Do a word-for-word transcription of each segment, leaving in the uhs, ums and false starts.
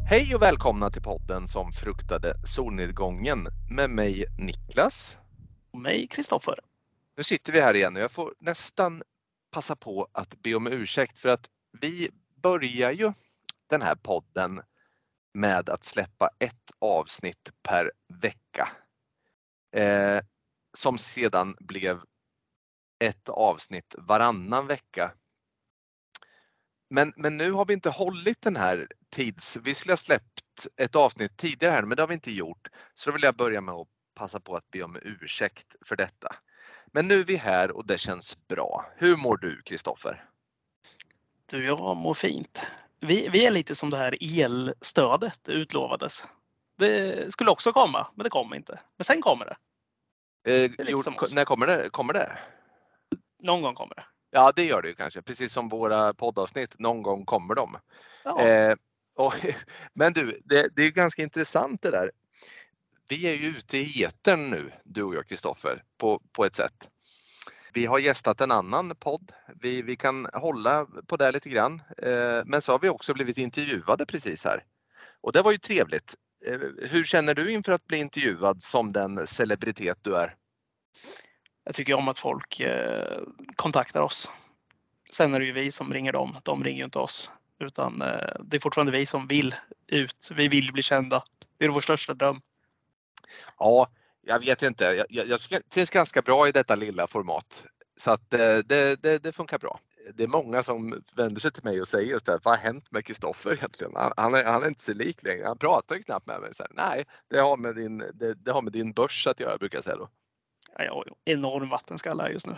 Hej och välkomna till podden som fruktade solnedgången med mig Niklas. Och mig Kristoffer. Nu sitter vi här igen och jag får nästan passa på att be om ursäkt för att vi börjar ju den här podden med att släppa ett avsnitt per vecka. Eh, som sedan blev ett avsnitt varannan vecka. Men, men nu har vi inte hållit den här tids... Vi skulle ha släppt ett avsnitt tidigare här, men det har vi inte gjort. Så då vill jag börja med att passa på att be om ursäkt för detta. Men nu är vi här och det känns bra. Hur mår du, Kristoffer? Du, jag mår fint. Vi, vi är lite som det här elstödet det utlovades. Det skulle också komma, men det kommer inte. Men sen kommer det. Eh, det är jo, när kommer det? Kommer det? Någon gång kommer det. Ja, det gör det ju kanske. Precis som våra poddavsnitt. Någon gång kommer de. Ja. Eh, och, men du, det, det är ganska intressant det där. Vi är ju ute i etern nu, du och jag Kristoffer, på, på ett sätt. Vi har gästat en annan podd. Vi, vi kan hålla på det lite grann. Eh, men så har vi också blivit intervjuade precis här. Och det var ju trevligt. Eh, hur känner du inför att bli intervjuad som den celebritet du är? Jag tycker om att folk eh, kontaktar oss. Sen är det ju vi som ringer dem. De ringer ju inte oss. Utan eh, det är fortfarande vi som vill ut. Vi vill bli kända. Det är vår största dröm. Ja, jag vet inte. Jag, jag, jag trivs ganska bra i detta lilla format. Så att det, det, det funkar bra. Det är många som vänder sig till mig och säger just det. Vad har hänt med Kristoffer egentligen? Han, han, är, han är inte så lik längre. Han pratar ju knappt med mig. Så här, nej, det har med, din, det, det har med din börs att göra, brukar jag säga då. Ja, jag har enorm vattenskalle just nu.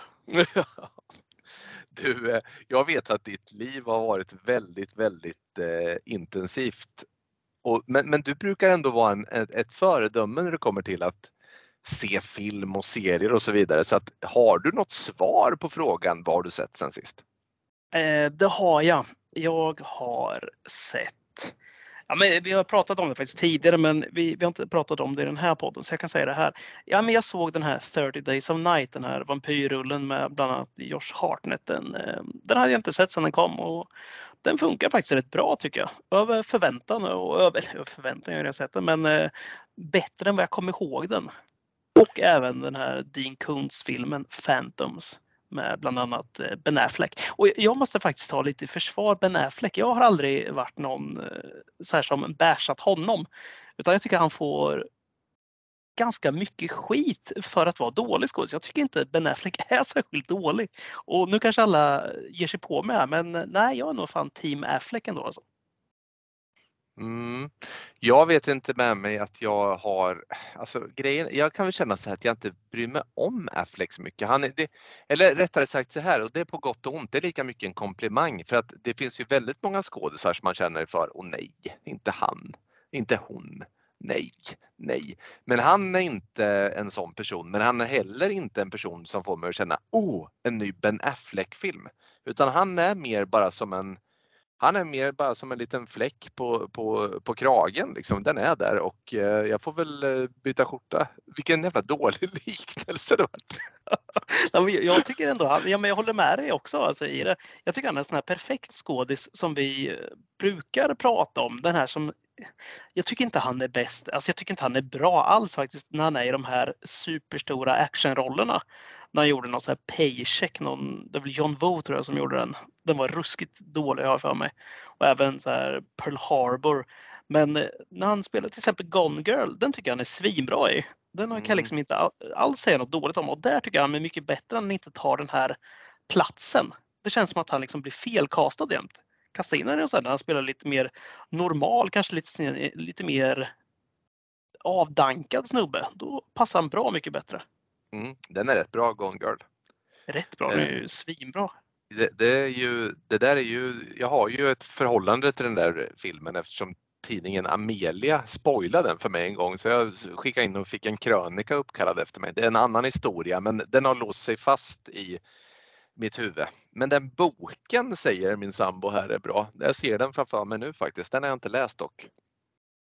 Du, jag vet att ditt liv har varit väldigt, väldigt eh, intensivt. Och, men, men du brukar ändå vara en, ett, ett föredöme när det kommer till att se film och serier och så vidare. Så att, har du något svar på frågan vad har du sett sen sist? Eh, det har jag. Jag har sett. Ja, men vi har pratat om det faktiskt tidigare, men vi, vi har inte pratat om det i den här podden, så jag kan säga det här. Ja, men jag såg den här thirty days of night, den här vampyrrullen med bland annat Josh Hartnett. Den, den hade jag inte sett sedan den kom och den funkar faktiskt rätt bra tycker jag. Över förväntan och över, över förväntan jag har sett den, men eh, bättre än vad jag kommer ihåg den. Och även den här Dean Koontz-filmen Phantoms med bland annat Ben Affleck. Och jag måste faktiskt ta lite försvar Ben Affleck. Jag har aldrig varit någon så här som bärsat honom. Utan jag tycker han får ganska mycket skit för att vara dålig skådis. Jag tycker inte Ben Affleck är särskilt dålig. Och nu kanske alla ger sig på mig här, men nej, jag är nog fan team Affleck ändå alltså. Mm. Jag vet inte med mig att jag har, alltså grejen, jag kan väl känna så här att jag inte bryr mig om Affleck så mycket. Han är, det, eller rättare sagt så här, och det är på gott och ont, det är lika mycket en komplimang för att det finns ju väldigt många skådisar som man känner för, och nej, inte han, inte hon, nej, nej. Men han är inte en sån person, men han är heller inte en person som får mig att känna, oh, en ny Ben Affleck-film. Utan han är mer bara som en Han är mer bara som en liten fläck på, på, på kragen. Liksom. Den är där och eh, jag får väl eh, byta skjorta. Vilken jävla dålig liknelse det var. Jag tycker ändå, ja, men jag håller med dig också alltså, i det. Jag tycker han är en sån här perfekt skådis som vi brukar prata om. Den här som, jag tycker inte han är bäst. Alltså, jag tycker inte han är bra alls faktiskt när han är i de här superstora actionrollerna. När han gjorde någon sån här Paycheck, någon, det var John Woo tror jag som gjorde den. Den var ruskigt dålig har jag för mig. Och även så här Pearl Harbor. Men när han spelar till exempel Gone Girl, den tycker jag han är svinbra i. Den kan jag liksom inte alls säga något dåligt om. Och där tycker jag han är mycket bättre än han inte tar den här platsen. Det känns som att han liksom blir felkastad jämt. Casino är så där, han spelar lite mer normal, kanske lite, lite mer avdankad snubbe. Då passar han bra mycket bättre. Mm, den är rätt bra, Gone Girl. Rätt bra, den är ju svinbra. Det, det, är ju, det där är ju, jag har ju ett förhållande till den där filmen eftersom tidningen Amelia spoilade den för mig en gång så jag skickade in och fick en krönika uppkallad efter mig. Det är en annan historia men den har låst sig fast i mitt huvud. Men den boken säger min sambo här är bra. Jag ser den framför mig nu faktiskt. Den har jag inte läst dock.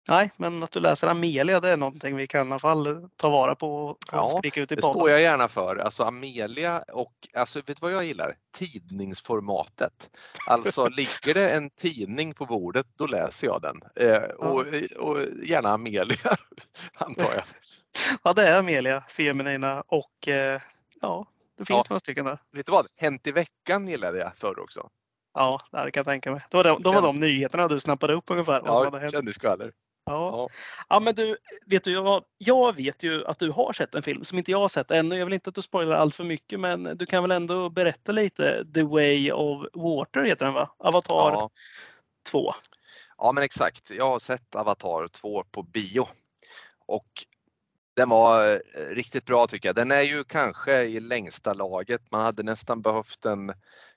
Nej, men att du läser Amelia, det är någonting vi kan i alla fall ta vara på och Ja, skrika ut i det podden. står jag gärna för. Alltså Amelia och, alltså vet du vad jag gillar? Tidningsformatet. Alltså ligger det en tidning på bordet, då läser jag den. Eh, och, och gärna Amelia, antar jag. Ja, det är Amelia, Feminina och eh, ja, det finns Ja. några stycken där. Vet du vad? Hänt i veckan gillade jag förr också. Ja, det kan jag tänka mig. Då var, det, då var de nyheterna du snappade upp ungefär. Vad som Ja, hade hänt. kändisskvaller. Ja. Ja. Ja, men du, vet du, jag, jag vet ju att du har sett en film som inte jag har sett ännu. Jag vill inte att du spoilar allt för mycket, men du kan väl ändå berätta lite. The Way of Water heter den, va? Avatar Ja. två. Ja, men exakt. Jag har sett Avatar två på bio och den var riktigt bra tycker jag. Den är ju kanske i längsta laget. Man hade nästan behövt en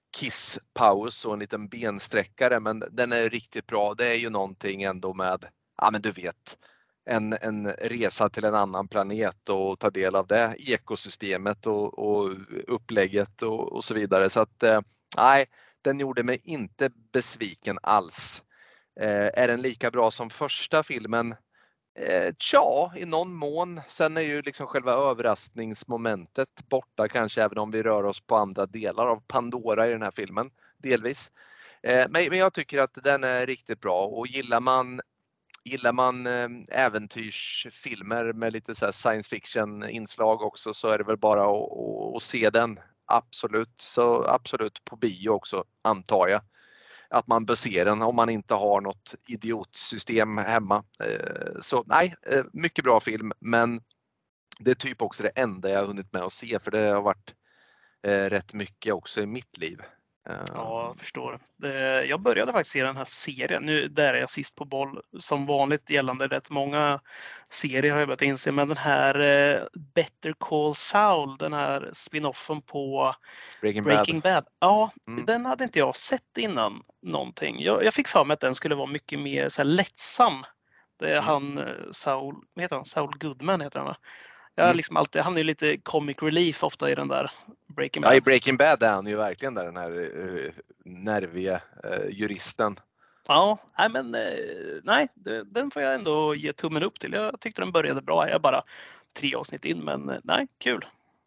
kisspaus och en liten bensträckare, men den är riktigt bra. Det är ju någonting ändå med, ja men du vet, en, en resa till en annan planet och ta del av det ekosystemet och, och upplägget och, och så vidare. Så att nej, den gjorde mig inte besviken alls. Eh, är den lika bra som första filmen? Eh, tja, i någon mån. Sen är ju liksom själva överraskningsmomentet borta kanske, även om vi rör oss på andra delar av Pandora i den här filmen, delvis. Eh, men, men jag tycker att den är riktigt bra och gillar man Gillar man eh, äventyrsfilmer med lite så här science fiction inslag också, så är det väl bara att, att, att se den. Absolut, så absolut på bio också, antar jag. Att man bör se den om man inte har något idiotsystem hemma. Så nej, mycket bra film, men det är typ också det enda jag har hunnit med att se, för det har varit rätt mycket också i mitt liv. Ja, jag förstår. Jag började faktiskt se den här serien. Nu där är jag sist på boll som vanligt gällande rätt många serier har jag börjat inse. Men den här Better Call Saul, den här spinoffen på Breaking, Breaking Bad. Bad. Ja, Mm. den hade inte jag sett innan någonting. Jag, jag fick för mig att den skulle vara mycket mer så här lättsam. Det är mm. han Saul, vad heter han? Saul Goodman heter han, va? Jag mm. liksom alltid, han är ju lite comic relief ofta i den där Breaking Bad. Ja, i Breaking Bad är han ju verkligen där, den här uh, nerviga uh, juristen. Ja, nej men nej, den får jag ändå ge tummen upp till. Jag tyckte den började bra. Jag är bara tre avsnitt in, men nej, kul.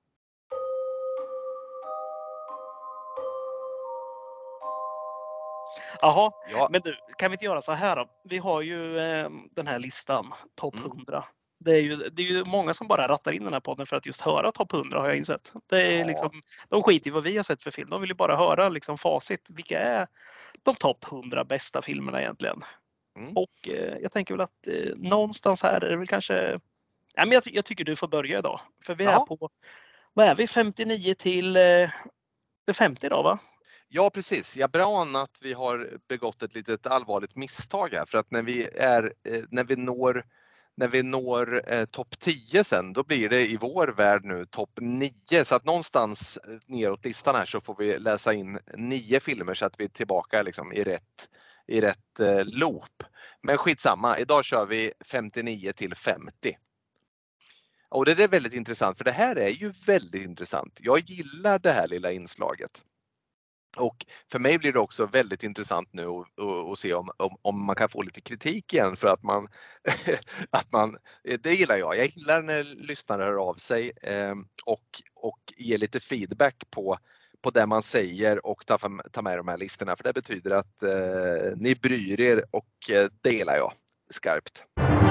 Jaha, ja. Men du, kan vi inte göra så här då? Vi har ju eh, den här listan, topp hundra. Mm. Det är, ju, det är ju många som bara rattar in den här podden för att just höra topp hundra, har jag insett. Det är ja. liksom, de skiter i vad vi har sett för film. De vill ju bara höra liksom facit. Vilka är de topp hundra bästa filmerna egentligen? Mm. Och eh, jag tänker väl att eh, någonstans här är det väl kanske... Ja, men jag, jag tycker du får börja idag. För vi ja. är på, vad är vi, femtionio till eh, femtio idag, va? Ja, precis. Jag bra att vi har begått ett litet allvarligt misstag här, för att när vi är när vi når när vi når eh, topp tio sen, då blir det i vår värld nu topp nio, så att någonstans neråt listan här så får vi läsa in nio filmer så att vi är tillbaka liksom i rätt i rätt eh, loop. Men skitsamma, idag kör vi femtionio till femtio. Och det är väldigt intressant, för det här är ju väldigt intressant. Jag gillar det här lilla inslaget. Och för mig blir det också väldigt intressant nu att, att se om, om, om man kan få lite kritik igen, för att man, att man, det gillar jag. Jag gillar när lyssnare hör av sig eh, och, och ger lite feedback på, på det man säger och ta, ta med de här listorna, för det betyder att eh, ni bryr er, och eh, det gillar jag skarpt.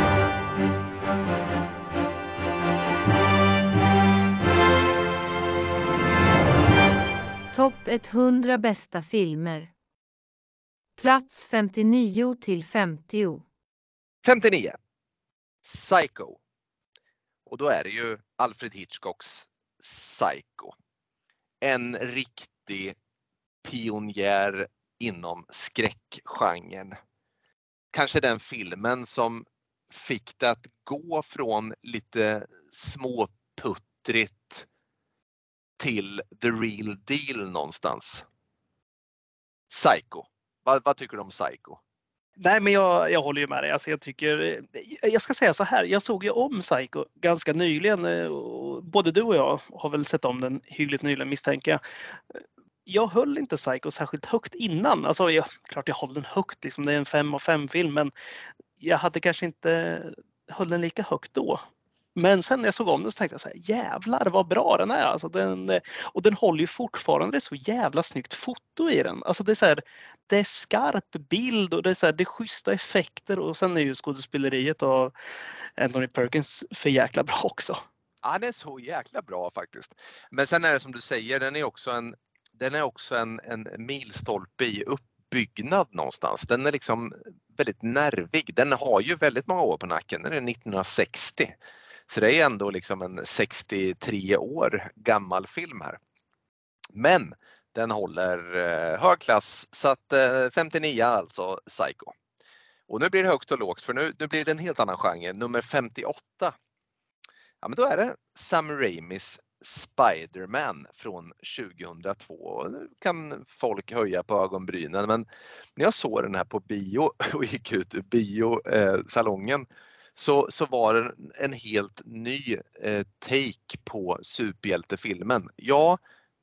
Topp hundra bästa filmer. Plats femtionio till femtio. femtionio. Psycho. Och då är det ju Alfred Hitchcocks Psycho. En riktig pionjär inom skräckgenren. Kanske den filmen som fick det att gå från lite småputtrigt till the real deal någonstans. Psycho. Vad, vad tycker du om Psycho? Nej, men jag, jag håller ju med dig. Alltså, jag tycker, jag ska säga så här, jag såg ju om Psycho ganska nyligen. Både du och jag har väl sett om den hyggligt nyligen, misstänker jag. Jag höll inte Psycho särskilt högt innan. Alltså, jag, klart jag håller den högt, liksom, det är en fem av fem film, men jag hade kanske inte höll den lika högt då. Men sen när jag såg om den så tänkte jag så här, jävlar vad bra den är. Alltså den, och den håller ju fortfarande så jävla snyggt foto i den. Alltså det är så här, det är skarp bild och det är så här, det är schyssta effekter och sen är ju skådespeleriet av Anthony Perkins för jäkla bra också. Ja, den är så jäkla bra faktiskt. Men sen är det som du säger, den är också en, den är också en, en milstolpe i uppbyggnad någonstans. Den är liksom väldigt nervig. Den har ju väldigt många år på nacken. Den är nittonhundrasextio. Så det är ändå liksom en sextiotre år gammal film här. Men den håller eh, hög klass, så att eh, femtionio alltså Psycho. Och nu blir det högt och lågt för nu, nu blir det en helt annan genre. Nummer femtioåtta. Ja, men då är det Sam Raimis Spider-Man från tjugohundratvå. Nu kan folk höja på ögonbrynen, men när jag såg den här på bio och gick ut ur biosalongen så, så var det en helt ny eh, take på superhjältefilmen. Ja,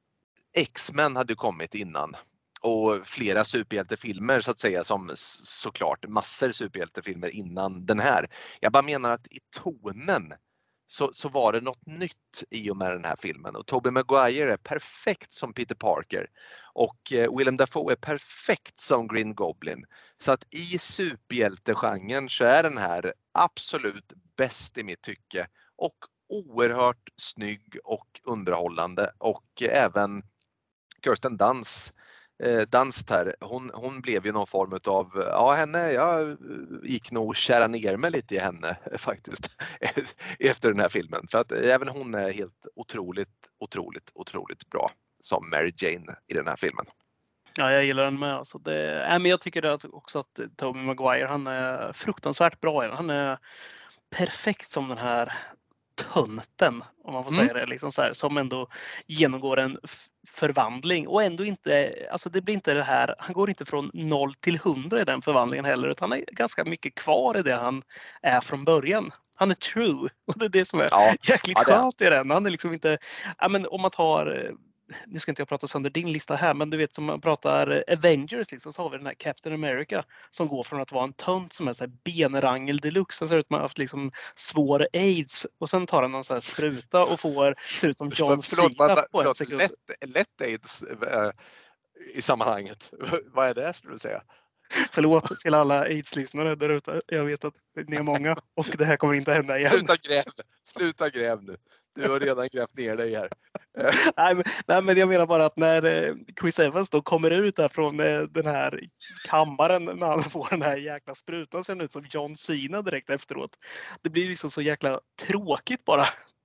X-Men hade kommit innan och flera superhjältefilmer så att säga, som såklart massor superhjältefilmer innan den här. Jag bara menar att i tonen Så, så var det något nytt i och med den här filmen och Tobey Maguire är perfekt som Peter Parker och eh, Willem Dafoe är perfekt som Green Goblin. Så att i superhjältegenren så är den här absolut bäst i mitt tycke och oerhört snygg och underhållande och eh, även Kirsten Dunst Eh, Dunst här, hon, hon blev ju någon form av, ja henne, jag gick nog kära ner mig lite i henne faktiskt efter den här filmen. För att även hon är helt otroligt, otroligt, otroligt bra som Mary Jane i den här filmen. Ja, jag gillar den med. Alltså det, äh, men jag tycker också att Tobey Maguire, han är fruktansvärt bra i den. Han är perfekt som den här tönten, om man får Mm. säga det, liksom så här, som ändå genomgår en förvandling och ändå inte, alltså det blir inte det här, han går inte från noll till hundra i den förvandlingen heller, utan han är ganska mycket kvar i det han är från början. Han är true och det är det som är Ja, jäkligt ja, det är. skönt i den. Han är liksom inte, ja men om man tar, nu ska inte jag prata sönder din lista här, men du vet som man pratar Avengers liksom, så har vi den här Captain America som går från att vara en tönt som är så här benrangel deluxe. Han ser ut som att man haft liksom svår aids och sen tar han någon så här spruta och får, ser ut som John Cena Cena på på en förlåt, sekund. lätt, lätt aids äh, i sammanhanget. Vad är det skulle du säga? Förlåt till alla aids-lyssnare där ute. Jag vet att ni är många och det här kommer inte hända igen. Sluta gräv, sluta gräv nu. Du har redan grävt ner dig här. nej, men, nej, men jag menar bara att när Chris Evans då kommer ut där från den här kammaren när han får den här jäkla sprutan, ser ut som John Cena direkt efteråt. Det blir liksom så jäkla tråkigt bara.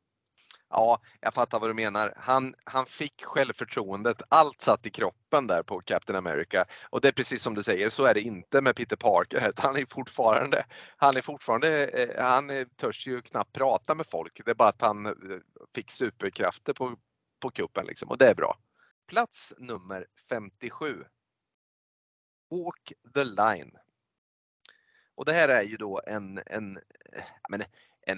Ja, jag fattar vad du menar. Han, han fick självförtroendet. Allt satt i kroppen där på Captain America. Och det är precis som du säger, så är det inte med Peter Parker. Han är fortfarande, han är fortfarande, han törs ju knappt prata med folk. Det är bara att han fick superkrafter på, på kuppen liksom. Och det är bra. Plats nummer femtiosju. Walk the line. Och det här är ju då en, en, en, en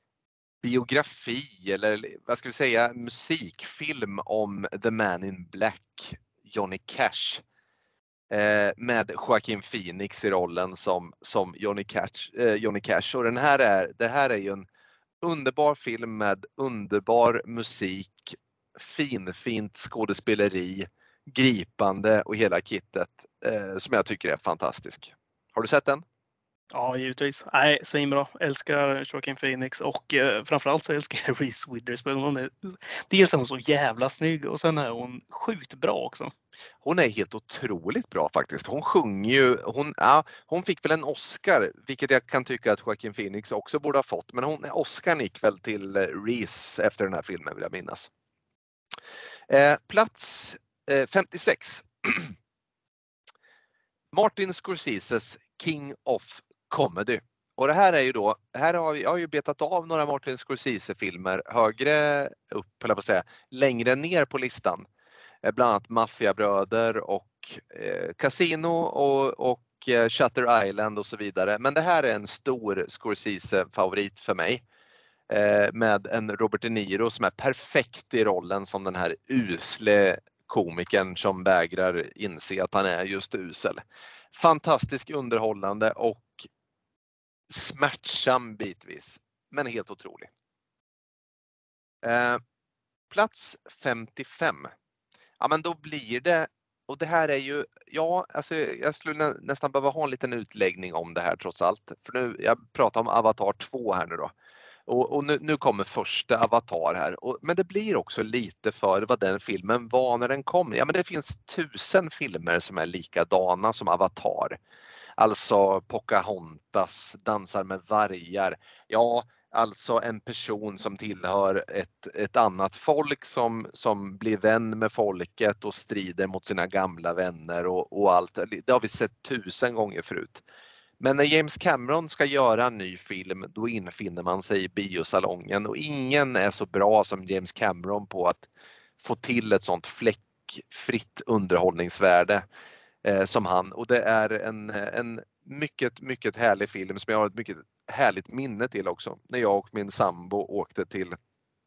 biografi eller vad ska vi säga, musikfilm om The Man in Black, Johnny Cash. Eh, med Joaquin Phoenix i rollen som, som Johnny Cash, eh, Johnny Cash. Och den här är, det här är ju en underbar film med underbar musik, finfint skådespeleri, gripande och hela kittet eh, som jag tycker är fantastisk. Har du sett den? Ja, givetvis. Nej, svinbra. Älskar Joaquin Phoenix och eh, framförallt så älskar jag Reese Witherspoon. Hon är, dels är hon så jävla snygg och sen är hon sjukt bra också. Hon är helt otroligt bra faktiskt. Hon sjunger ju, hon, ja, hon fick väl en Oscar, vilket jag kan tycka att Joaquin Phoenix också borde ha fått. Men hon, Oscar gick väl till Reese efter den här filmen vill jag minnas. Eh, plats eh, femtiosex. Martin Scorseses King of Comedy. Och det här är ju då, här har vi, jag har ju betat av några Martin Scorsese-filmer högre upp, eller på att säga, längre ner på listan. Bland annat Maffiabröder och eh, Casino och, och eh, Shutter Island och så vidare. Men det här är en stor Scorsese-favorit för mig. Eh, med en Robert De Niro som är perfekt i rollen som den här usle komikern som vägrar inse att han är just usel. Fantastisk underhållande och smärtsam bitvis, men helt otrolig. Eh, plats femtiofem. Ja, men då blir det, och det här är ju, ja, alltså jag skulle nä, nästan behöva ha en liten utläggning om det här trots allt. För nu, jag pratar om Avatar två här nu då. Och, och nu, nu kommer första Avatar här. Och, men det blir också lite för vad den filmen var när den kom. Ja, men det finns tusen filmer som är likadana som Avatar. Alltså Pocahontas, Dansar med vargar. Ja, alltså en person som tillhör ett, ett annat folk som, som blir vän med folket och strider mot sina gamla vänner och, och allt. Det har vi sett tusen gånger förut. Men när James Cameron ska göra en ny film, då infinner man sig i biosalongen och ingen är så bra som James Cameron på att få till ett sånt fläckfritt underhållningsvärde eh, som han. Och det är en, en mycket, mycket härlig film som jag har ett mycket härligt minne till också. När jag och min sambo åkte till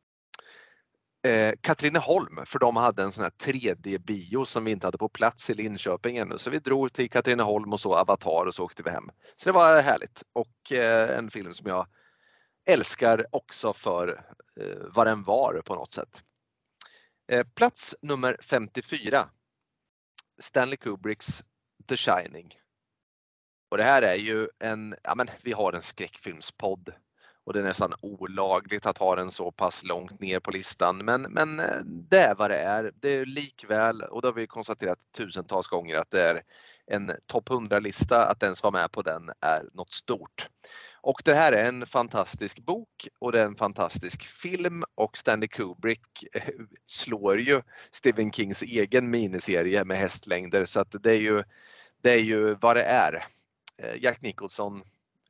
eh, Katrineholm, för de hade en sån här tre D-bio som vi inte hade på plats i Linköping ännu. Så vi drog till Katrineholm och så Avatar och så åkte vi hem. Så det var härligt och eh, en film som jag älskar också för eh, vad den var på något sätt. Eh, plats nummer femtiofyra. Stanley Kubricks The Shining. Och det här är ju en, ja men vi har en skräckfilmspodd och det är nästan olagligt att ha den så pass långt ner på listan. Men, men det är vad det är. Det är likväl, och då har vi konstaterat tusentals gånger att det är en topp hundra-lista, att ens vara med på den är något stort. Och det här är en fantastisk bok och det är en fantastisk film och Stanley Kubrick slår ju Stephen Kings egen miniserie med hästlängder, så att det är ju, det är ju vad det är. Jack Nicholson,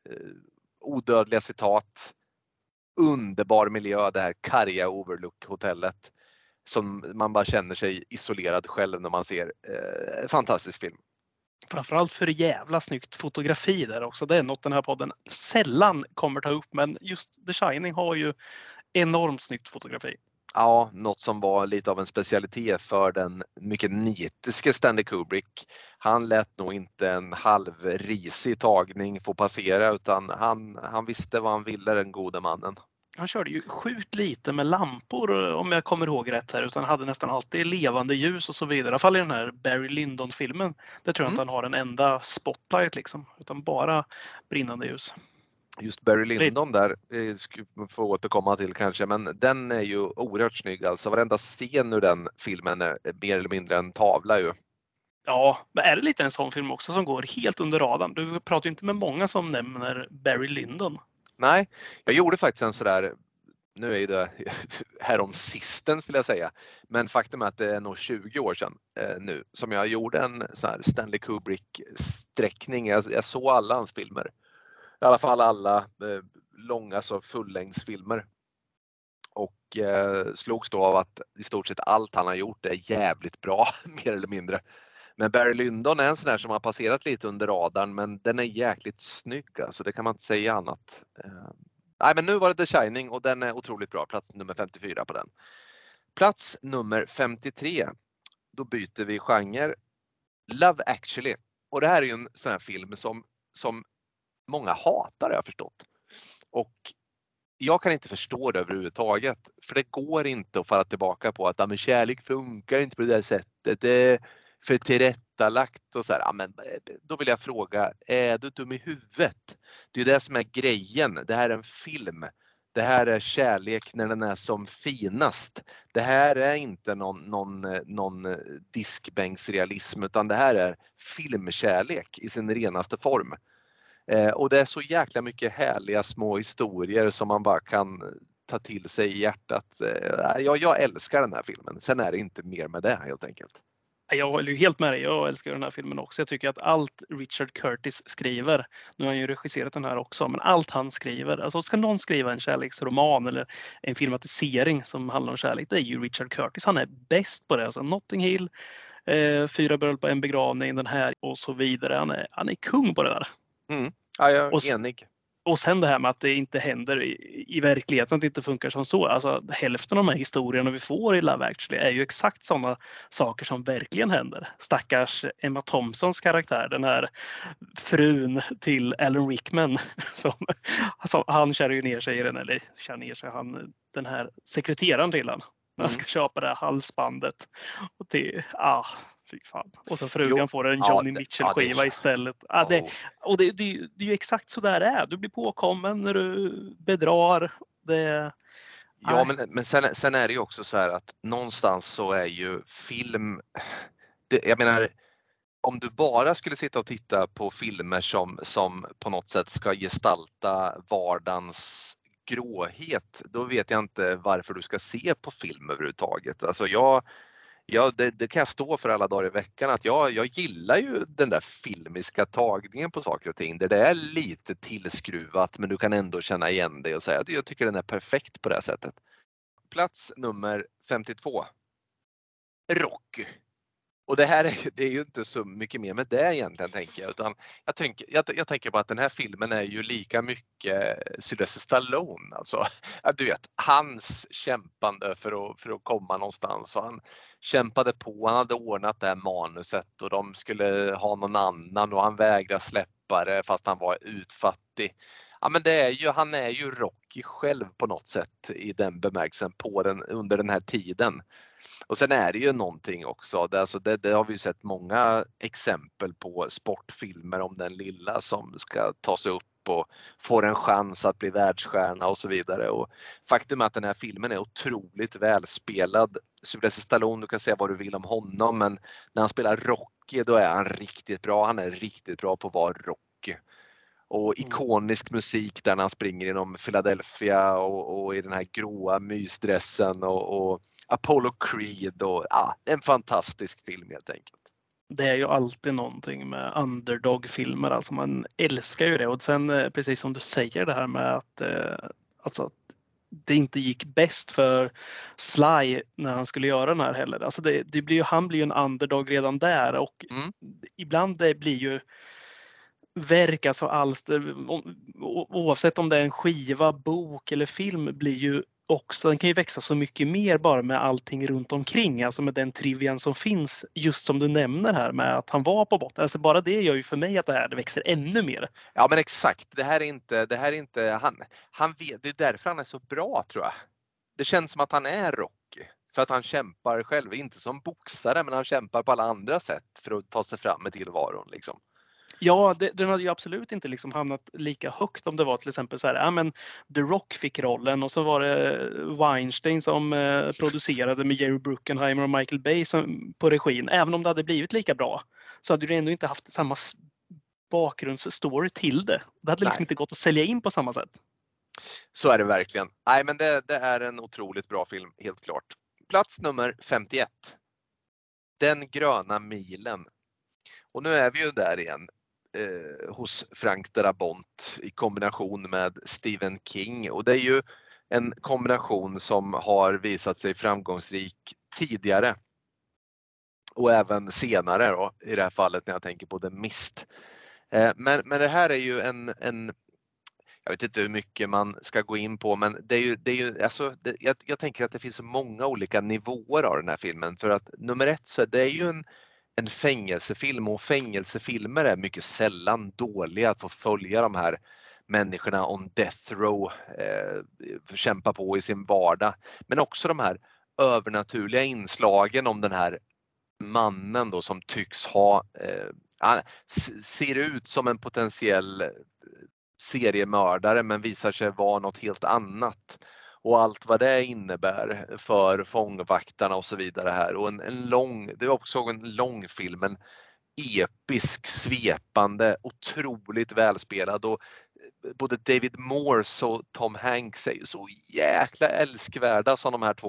odödliga citat, underbar miljö, det här karga Overlook-hotellet som man bara känner sig isolerad själv när man ser. Eh, fantastisk film. Framförallt för jävla snyggt fotografi där också. Det är något den här podden sällan kommer ta upp, men just The Shining har ju enormt snyggt fotografi. Ja, något som var lite av en specialitet för den mycket nitiske Stanley Kubrick. Han lät nog inte en halvrisig tagning få passera, utan han, han visste vad han ville, den gode mannen. Han körde ju sjukt lite med lampor om jag kommer ihåg rätt här, utan hade nästan alltid levande ljus och så vidare. I alla fall i den här Barry Lyndon-filmen. Där tror jag Mm. inte han har en enda spotlight liksom, utan bara brinnande ljus. Just Barry Lyndon där, ska vi få återkomma till kanske, men den är ju oerhört snygg alltså. Varenda scen ur den filmen är mer eller mindre en tavla ju. Ja, men är det lite en sån film också som går helt under radarn? Du pratar ju inte med många som nämner Barry Lyndon. Nej, jag gjorde faktiskt en sådär, nu är ju det här om sistens vill jag säga, men faktum är att det är nog tjugo år sedan eh, nu som jag gjorde en sån här Stanley Kubrick-sträckning. Jag, jag såg alla hans filmer. I alla fall alla eh, långa så fullängdsfilmer. Och eh, slogs då av att i stort sett allt han har gjort är jävligt bra, mer eller mindre. Men Barry Lyndon är en sån där som har passerat lite under radarn, men den är jäkligt snygg, alltså det kan man inte säga annat. Eh, nej, men nu var det The Shining och den är otroligt bra, plats nummer femtiofyra på den. Plats nummer femtiotre, då byter vi genre. Love Actually. Och det här är ju en sån här film som, som många hatar, jag har förstått. Och jag kan inte förstå det överhuvudtaget. För det går inte att falla tillbaka på att ja, men kärlek funkar inte på det där sättet. Det är för tillrättalagt och så här. Ja, men då vill jag fråga, är du dum i huvudet? Det är det som är grejen. Det här är en film. Det här är kärlek när den är som finast. Det här är inte någon, någon, någon diskbänksrealism, utan det här är filmkärlek i sin renaste form. Eh, och det är så jäkla mycket härliga små historier som man bara kan ta till sig i hjärtat. Eh, jag, jag älskar den här filmen. Sen är det inte mer med det helt enkelt. Jag håller ju helt med dig. Jag älskar den här filmen också. Jag tycker att allt Richard Curtis skriver, nu har han ju regisserat den här också, men allt han skriver, alltså ska någon skriva en kärleksroman eller en filmatisering som handlar om kärlek, det är ju Richard Curtis. Han är bäst på det. Alltså Notting Hill, eh, Fyra bröllop på en begravning, den här och så vidare. Han är, han är kung på det där. Mm. Ja, jag är och, enig. Och sen det här med att det inte händer i, i verkligheten, att det inte funkar som så. Alltså hälften av de här historierna vi får i Love Actually är ju exakt sådana saker som verkligen händer. Stackars Emma Thompsons karaktär, den här frun till Alan Rickman. Som, alltså, han kör ju ner sig i den, eller kör ner sig, han, den här sekreteraren till han. När han ska köpa det här halsbandet. Och det, ah, fy fan. Och sen frugan Jo, får en ja, Johnny det- Mitchell-skiva ja, det- istället. Ah, det, Oh. och det, det, det är ju exakt så där det är. Du blir påkommen när du bedrar. Det, Ja, nej. men, men sen, sen är det ju också så här att någonstans så är ju film, det, jag menar, om du bara skulle sitta och titta på filmer som, som på något sätt ska gestalta vardagens gråhet, då vet jag inte varför du ska se på film överhuvudtaget. Alltså jag, jag, det, det kan jag stå för alla dagar i veckan, att jag, jag gillar ju den där filmiska tagningen på saker och ting, där det är lite tillskruvat men du kan ändå känna igen det och säga att jag tycker den är perfekt på det här sättet. Plats nummer femtiotvå. Rocky. Och det här är, det är ju inte så mycket mer med det egentligen, tänker jag, utan jag tänker, jag, jag tänker på att den här filmen är ju lika mycket Sylvester Stallone, alltså du vet, hans kämpande för att, för att komma någonstans, och han kämpade på, han hade ordnat det här manuset och de skulle ha någon annan och han vägrade släppa det fast han var utfattig. Ja, men det är ju, han är ju Rocky själv på något sätt i den bemärkelsen på den, under den här tiden. Och sen är det ju någonting också, det, alltså det, det har vi ju sett många exempel på, sportfilmer om den lilla som ska ta sig upp och får en chans att bli världsstjärna och så vidare. Och faktum är att den här filmen är otroligt välspelad. Sylvester Stallone, du kan säga vad du vill om honom, men när han spelar Rocky då är han riktigt bra, han är riktigt bra på att vara Rocky. Och ikonisk musik där han springer genom Philadelphia och, och i den här gråa mysdressen och, och Apollo Creed och ja, en fantastisk film helt enkelt. Det är ju alltid någonting med underdog-filmer, alltså man älskar ju det. Och sen precis som du säger det här med att, eh, alltså att det inte gick bäst för Sly när han skulle göra den här heller. Alltså det, det blir ju, han blir ju en underdog redan där, och Mm. ibland det blir ju verk, alltså alster, oavsett om det är en skiva, bok eller film, blir ju också, den kan ju växa så mycket mer bara med allting runt omkring, alltså med den trivian som finns, just som du nämner här med att han var på botten. Alltså bara det gör ju för mig att det här det växer ännu mer. Ja, men exakt, det här är inte, det här är inte han, han vet, det är därför han är så bra, tror jag. Det känns som att han är Rocky, för att han kämpar själv, inte som boxare, men han kämpar på alla andra sätt för att ta sig fram med tillvaron liksom. Ja, det, den hade ju absolut inte liksom hamnat lika högt om det var till exempel så här, ja men The Rock fick rollen och så var det Weinstein som eh, producerade med Jerry Bruckheimer och Michael Bay som, på regin. Även om det hade blivit lika bra så hade du ändå inte haft samma bakgrundsstory till det. Det hade liksom Nej. inte gått att sälja in på samma sätt. Så är det verkligen. Nej, men det, det är en otroligt bra film, helt klart. Plats nummer femtioett. Den gröna milen. Och nu är vi ju där igen. Eh, hos Frank Darabont i kombination med Stephen King, och det är ju en kombination som har visat sig framgångsrik tidigare och även senare då, i det här fallet när jag tänker på The Mist. Eh, men, men det här är ju en, en jag vet inte hur mycket man ska gå in på, men det är ju, det är ju alltså, det, jag, jag tänker att det finns många olika nivåer av den här filmen, för att nummer ett så är det ju en en fängelsefilm, och fängelsefilmer är mycket sällan dåliga att få följa de här människorna on death row, eh, kämpa på i sin vardag. Men också de här övernaturliga inslagen om den här mannen då som tycks ha, eh, ser ut som en potentiell seriemördare men visar sig vara något helt annat. Och allt vad det innebär för fångvaktarna och så vidare här. Och en, en lång, det är också en lång film, en episk, svepande, otroligt välspelad. Och både David Morse och Tom Hanks är ju så jäkla älskvärda som de här två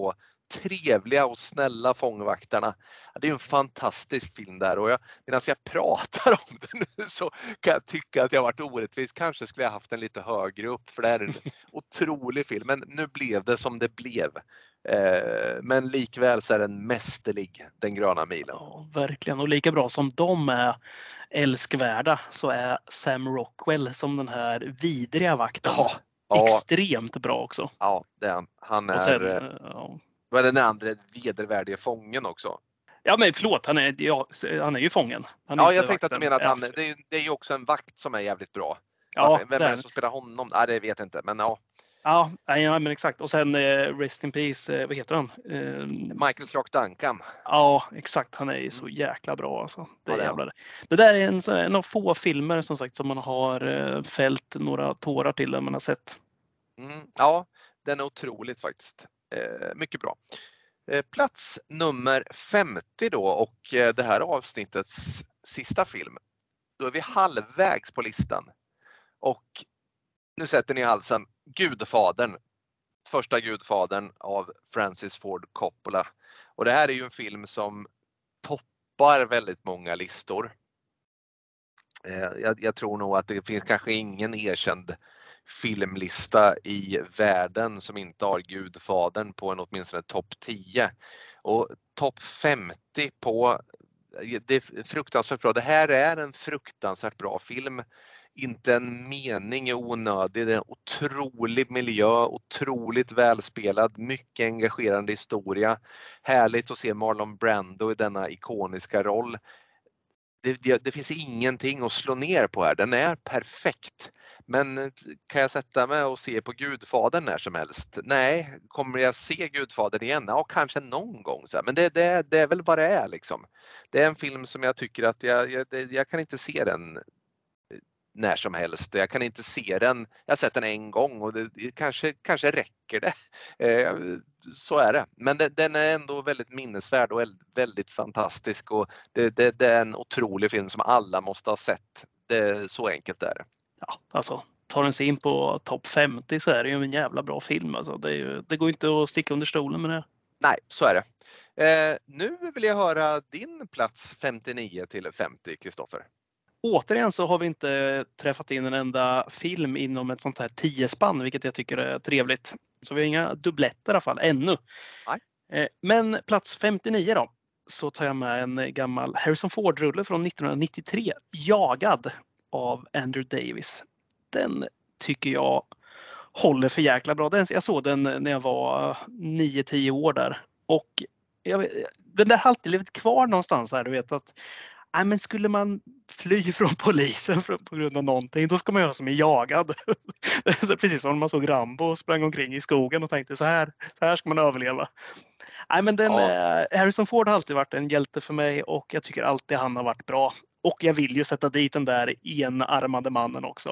trevliga och snälla fångvaktarna. Det är ju en fantastisk film där och jag, medan jag pratar om det nu så kan jag tycka att jag varit orättvis. Kanske skulle jag haft en lite högre upp för det är en otrolig film. Men nu blev det som det blev. Eh, men likväl så är den mästerlig, Den gröna milen. Ja, verkligen. Och lika bra som de är älskvärda så är Sam Rockwell som den här vidriga vakten. Ja, ja, extremt bra också. ja det är han. Han är, Och sen, ja. vad är den andra vedervärdige fången också? Ja men förlåt, han är, ja, han är ju fången. Han är Ja, inte jag tänkte vakten. att du menar att han, Ja, det är, det är ju också en vakt som är jävligt bra. ja, Varför, vem är det den. som spelar honom? Nej, det vet jag inte, men ja. Ja, ja, men exakt. Och sen eh, Rest in Peace, eh, vad heter han? Eh, Michael Clark Duncan. ja, exakt. Han är ju så jäkla bra alltså. Det, Ja, det är jävla... det där är en, så- en av få filmer som sagt som man har eh, fällt några tårar till när man har sett. Mm, ja, den är otroligt faktiskt. Eh, mycket bra. Eh, plats nummer femtio då och eh, det här avsnittets sista film. Då är vi halvvägs på listan. Och nu sätter ni i halsen Gudfadern. Första Gudfadern av Francis Ford Coppola. Och det här är ju en film som toppar väldigt många listor. Eh, jag, jag tror nog att det finns kanske ingen erkänd filmlista i världen som inte har Gudfadern på en åtminstone topp tio. Och topp femtio på, det är fruktansvärt bra. Det här är en fruktansvärt bra film. Inte en mening är onödig. Det är en otrolig miljö, otroligt välspelad, mycket engagerande historia. Härligt att se Marlon Brando i denna ikoniska roll. Det, det, det finns ingenting att slå ner på här. Den är perfekt. Men kan jag sätta mig och se på Gudfadern när som helst? Nej. Kommer jag se Gudfadern igen? Ja, kanske någon gång. Så här. Men det, det, det är väl vad det är liksom. Det är en film som jag tycker att jag, jag, det, jag kan inte se den när som helst. Jag kan inte se den. Jag har sett den en gång och det, det kanske, kanske räcker det. Eh, så är det. Men det, den är ändå väldigt minnesvärd och väldigt fantastisk. Och det, det, det är en otrolig film som alla måste ha sett. Det, så enkelt är det. Ja, alltså tar den sig in på topp femtio så är det ju en jävla bra film. Alltså, det, är ju, det går inte att sticka under stolen med det. Nej, så är det. Eh, nu vill jag höra din plats femtionio till femtio, Kristoffer. Återigen så har vi inte träffat in en enda film inom ett sånt här tio spann, vilket jag tycker är trevligt. Så vi har inga dubbletter i alla fall ännu. Nej. Men plats femtionio då, så tar jag med en gammal Harrison Ford-rulle från nittonhundranittiotre, Jagad av Andrew Davis. Den tycker jag håller för jäkla bra. Den, jag såg den när jag var nio tio år där. Och jag vet, den där har alltid levt kvar någonstans här, du vet att nej, men skulle man fly från polisen för, på grund av någonting, då ska man göra som en Jagad. Precis som när man såg Rambo och sprang omkring i skogen och tänkte så här, så här ska man överleva. Nej, men den, Ja. eh, Harrison Ford har alltid varit en hjälte för mig och jag tycker alltid han har varit bra. Och jag vill ju sätta dit den där enarmade mannen också.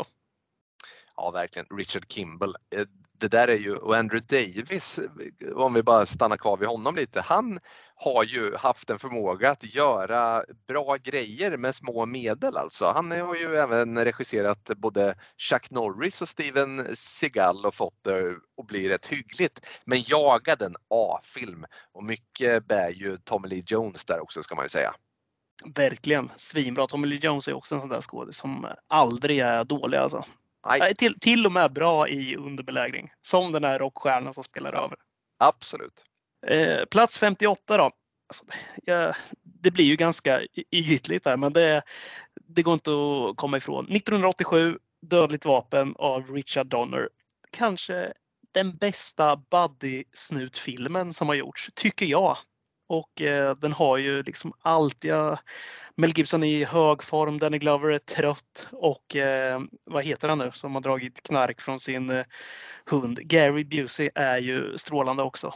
Ja, verkligen. Richard Kimball. Det där är ju, och Andrew Davis, om vi bara stannar kvar vid honom lite, han har ju haft en förmåga att göra bra grejer med små medel alltså. Han har ju även regisserat både Chuck Norris och Steven Seagal och fått det att bli rätt hyggligt. Men Jagad en A-film och mycket bär ju Tommy Lee Jones där också, ska man ju säga. Verkligen, svinbra. Tommy Lee Jones är också en sån där skådis som aldrig är dålig alltså. Nej. Till, till och med bra i underbelägring. Som den här rockstjärnan som spelar Ja, över. absolut. Eh, plats femtioåtta då. Alltså, ja, det blir ju ganska ytligt här, men det, det går inte att komma ifrån. nittonhundraåttiosju, Dödligt vapen av Richard Donner. Kanske den bästa buddy-snutfilmen som har gjorts, tycker jag. Och eh, den har ju liksom allt. Jag, Mel Gibson är i hög form, Danny Glover är trött och eh, vad heter han nu som har dragit knark från sin eh, hund? Gary Busey är ju strålande också.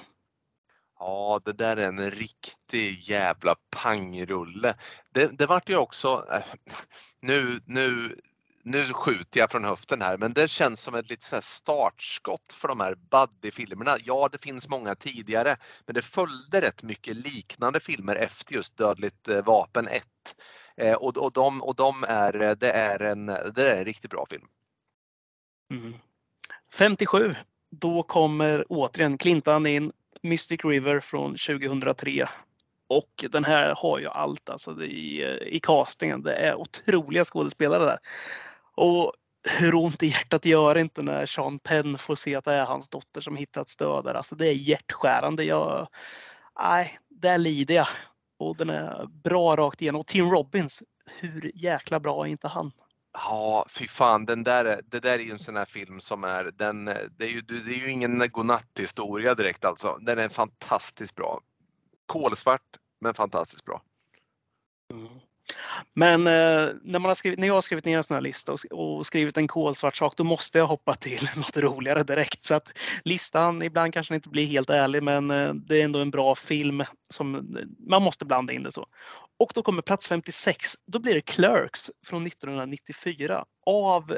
Ja, det där är en riktig jävla pangrulle. Det, det vart ju också, äh, nu, nu, nu skjuter jag från höften här, men det känns som ett litet så här startskott för de här buddy-filmerna. Ja, det finns många tidigare, men det följde rätt mycket liknande filmer efter just Dödligt vapen ett. Eh, och, och, de, och de är, det är en, det är en riktigt bra film. Mm. femtiosju, då kommer återigen Clintan in. Mystic River från tjugohundratre. Och den här har ju allt alltså i, i castingen. Det är otroliga skådespelare där. Och hur ont i hjärtat gör inte när Sean Penn får se att det är hans dotter som hittat stöd där. Alltså det är hjärtskärande. Jag, nej, där lider jag. Och den är bra rakt igenom. Och Tim Robbins, hur jäkla bra är inte han? Ja, fy fan, den där, det där är ju en sån här film som är, den, det är ju, det är ju ingen godnatthistoria direkt alltså. Den är fantastiskt bra. Kolsvart, men fantastiskt bra. Mm. Men eh, när, man har skrivit, när jag har skrivit ner en sån här lista och, och skrivit en kolsvart sak, då måste jag hoppa till något roligare direkt. Så att listan, ibland kanske inte blir helt ärlig, men eh, det är ändå en bra film som man måste blanda in det så. Och då kommer plats femtiosex, då blir det Clerks från nittonhundranittiofyra av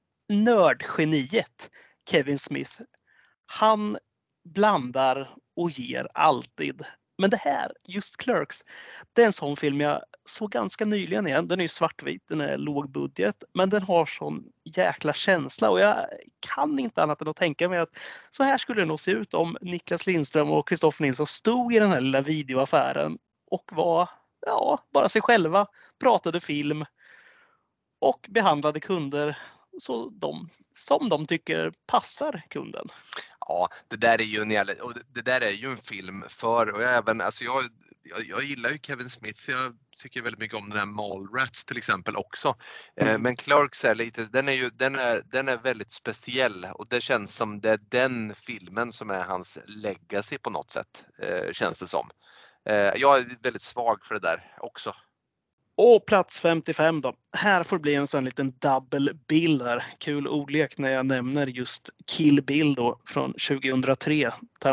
nördgeniet Kevin Smith. Han blandar och ger alltid. Men det här, just Clerks, det är en sån film jag såg ganska nyligen igen. Den är ju svartvit, den är låg budget, men den har sån jäkla känsla och jag kan inte annat än att tänka mig att så här skulle det nog se ut om Niklas Lindström och Kristoffer Nilsson stod i den här lilla videoaffären och var, ja, bara sig själva, pratade film och behandlade kunder så de, som de tycker passar kunden. Ja, det där är ju en, och det där är ju en film för, och jag även, alltså jag, jag, jag gillar ju Kevin Smith, jag tycker väldigt mycket om den här Mallrats till exempel också. Mm. Men Clerks är lite, den är ju, den är, den är väldigt speciell och det känns som det är den filmen som är hans legacy på något sätt, eh, känns det som. Eh, jag är väldigt svag för det där också. Och plats femtiofem då. Här får det bli en sån liten double bill här. Kul ordlek när jag nämner just Kill Bill då från tjugohundratre.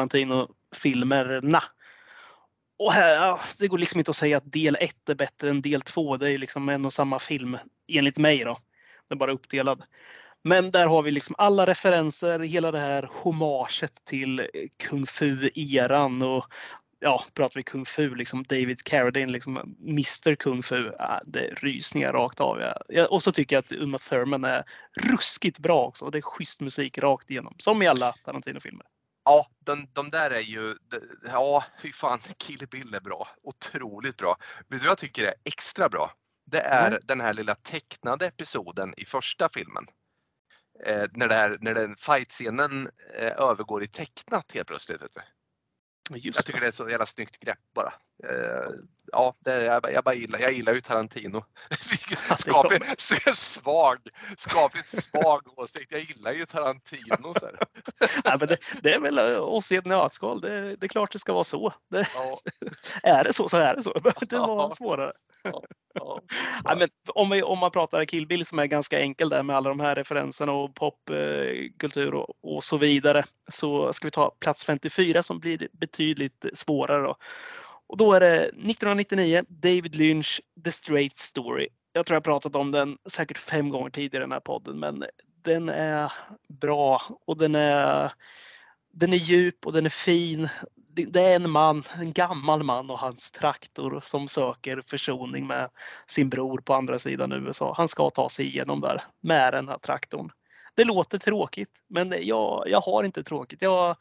Tarantino-filmerna. Och här, ja, det går liksom inte att säga att del ett är bättre än del två. Det är liksom en och samma film enligt mig då. Den är bara uppdelad. Men där har vi liksom alla referenser, hela det här homaget till kung fu-eran och ja, pratar vi kung fu, liksom David Carradine, liksom mister Kung Fu, ja, det är rysningar rakt av. Ja. Och så tycker jag att Uma Thurman är ruskigt bra också. Och det är schysst musik rakt igenom, som i alla Tarantino-filmer. Ja, de, de där är ju, ja, fy fan, Kill Bill är bra. Otroligt bra. Vet du vad jag tycker är extra bra? Det är mm. den här lilla tecknade episoden i första filmen. Eh, när, det här, när den fight-scenen eh, övergår i tecknat helt plötsligt, vet du. Just jag tycker det är så jävla snyggt grepp bara. Uh, ja, det är, jag, jag, bara gillar, jag gillar ju Tarantino. Skapligt svag, skapligt svag åsikt. Jag gillar ju Tarantino. Så här. Ja, men det, det är väl oss i ett nötskal. Det, det är klart det ska vara så. Det, ja. Är det så så är det så. Det behöver inte vara svårare. Ja, ja. Ja, men om, vi, om man pratar Kill Bill som är ganska enkel där med alla de här referenserna och popkultur och, och så vidare, så ska vi ta plats femtiofyra som blir betydligt svårare då. Och då är det nittonhundranittionio, David Lynch, The Straight Story. Jag tror jag pratat om den säkert fem gånger tidigare i den här podden, men den är bra och den är, den är djup och den är fin. Det är en man, en gammal man och hans traktor som söker försoning med sin bror på andra sidan U S A. Han ska ta sig igenom där med den här traktorn. Det låter tråkigt, men jag, jag har inte tråkigt. Jag,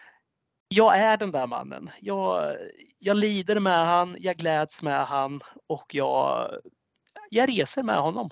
jag är den där mannen. Jag, jag lider med han, jag gläds med han och jag, jag reser med honom.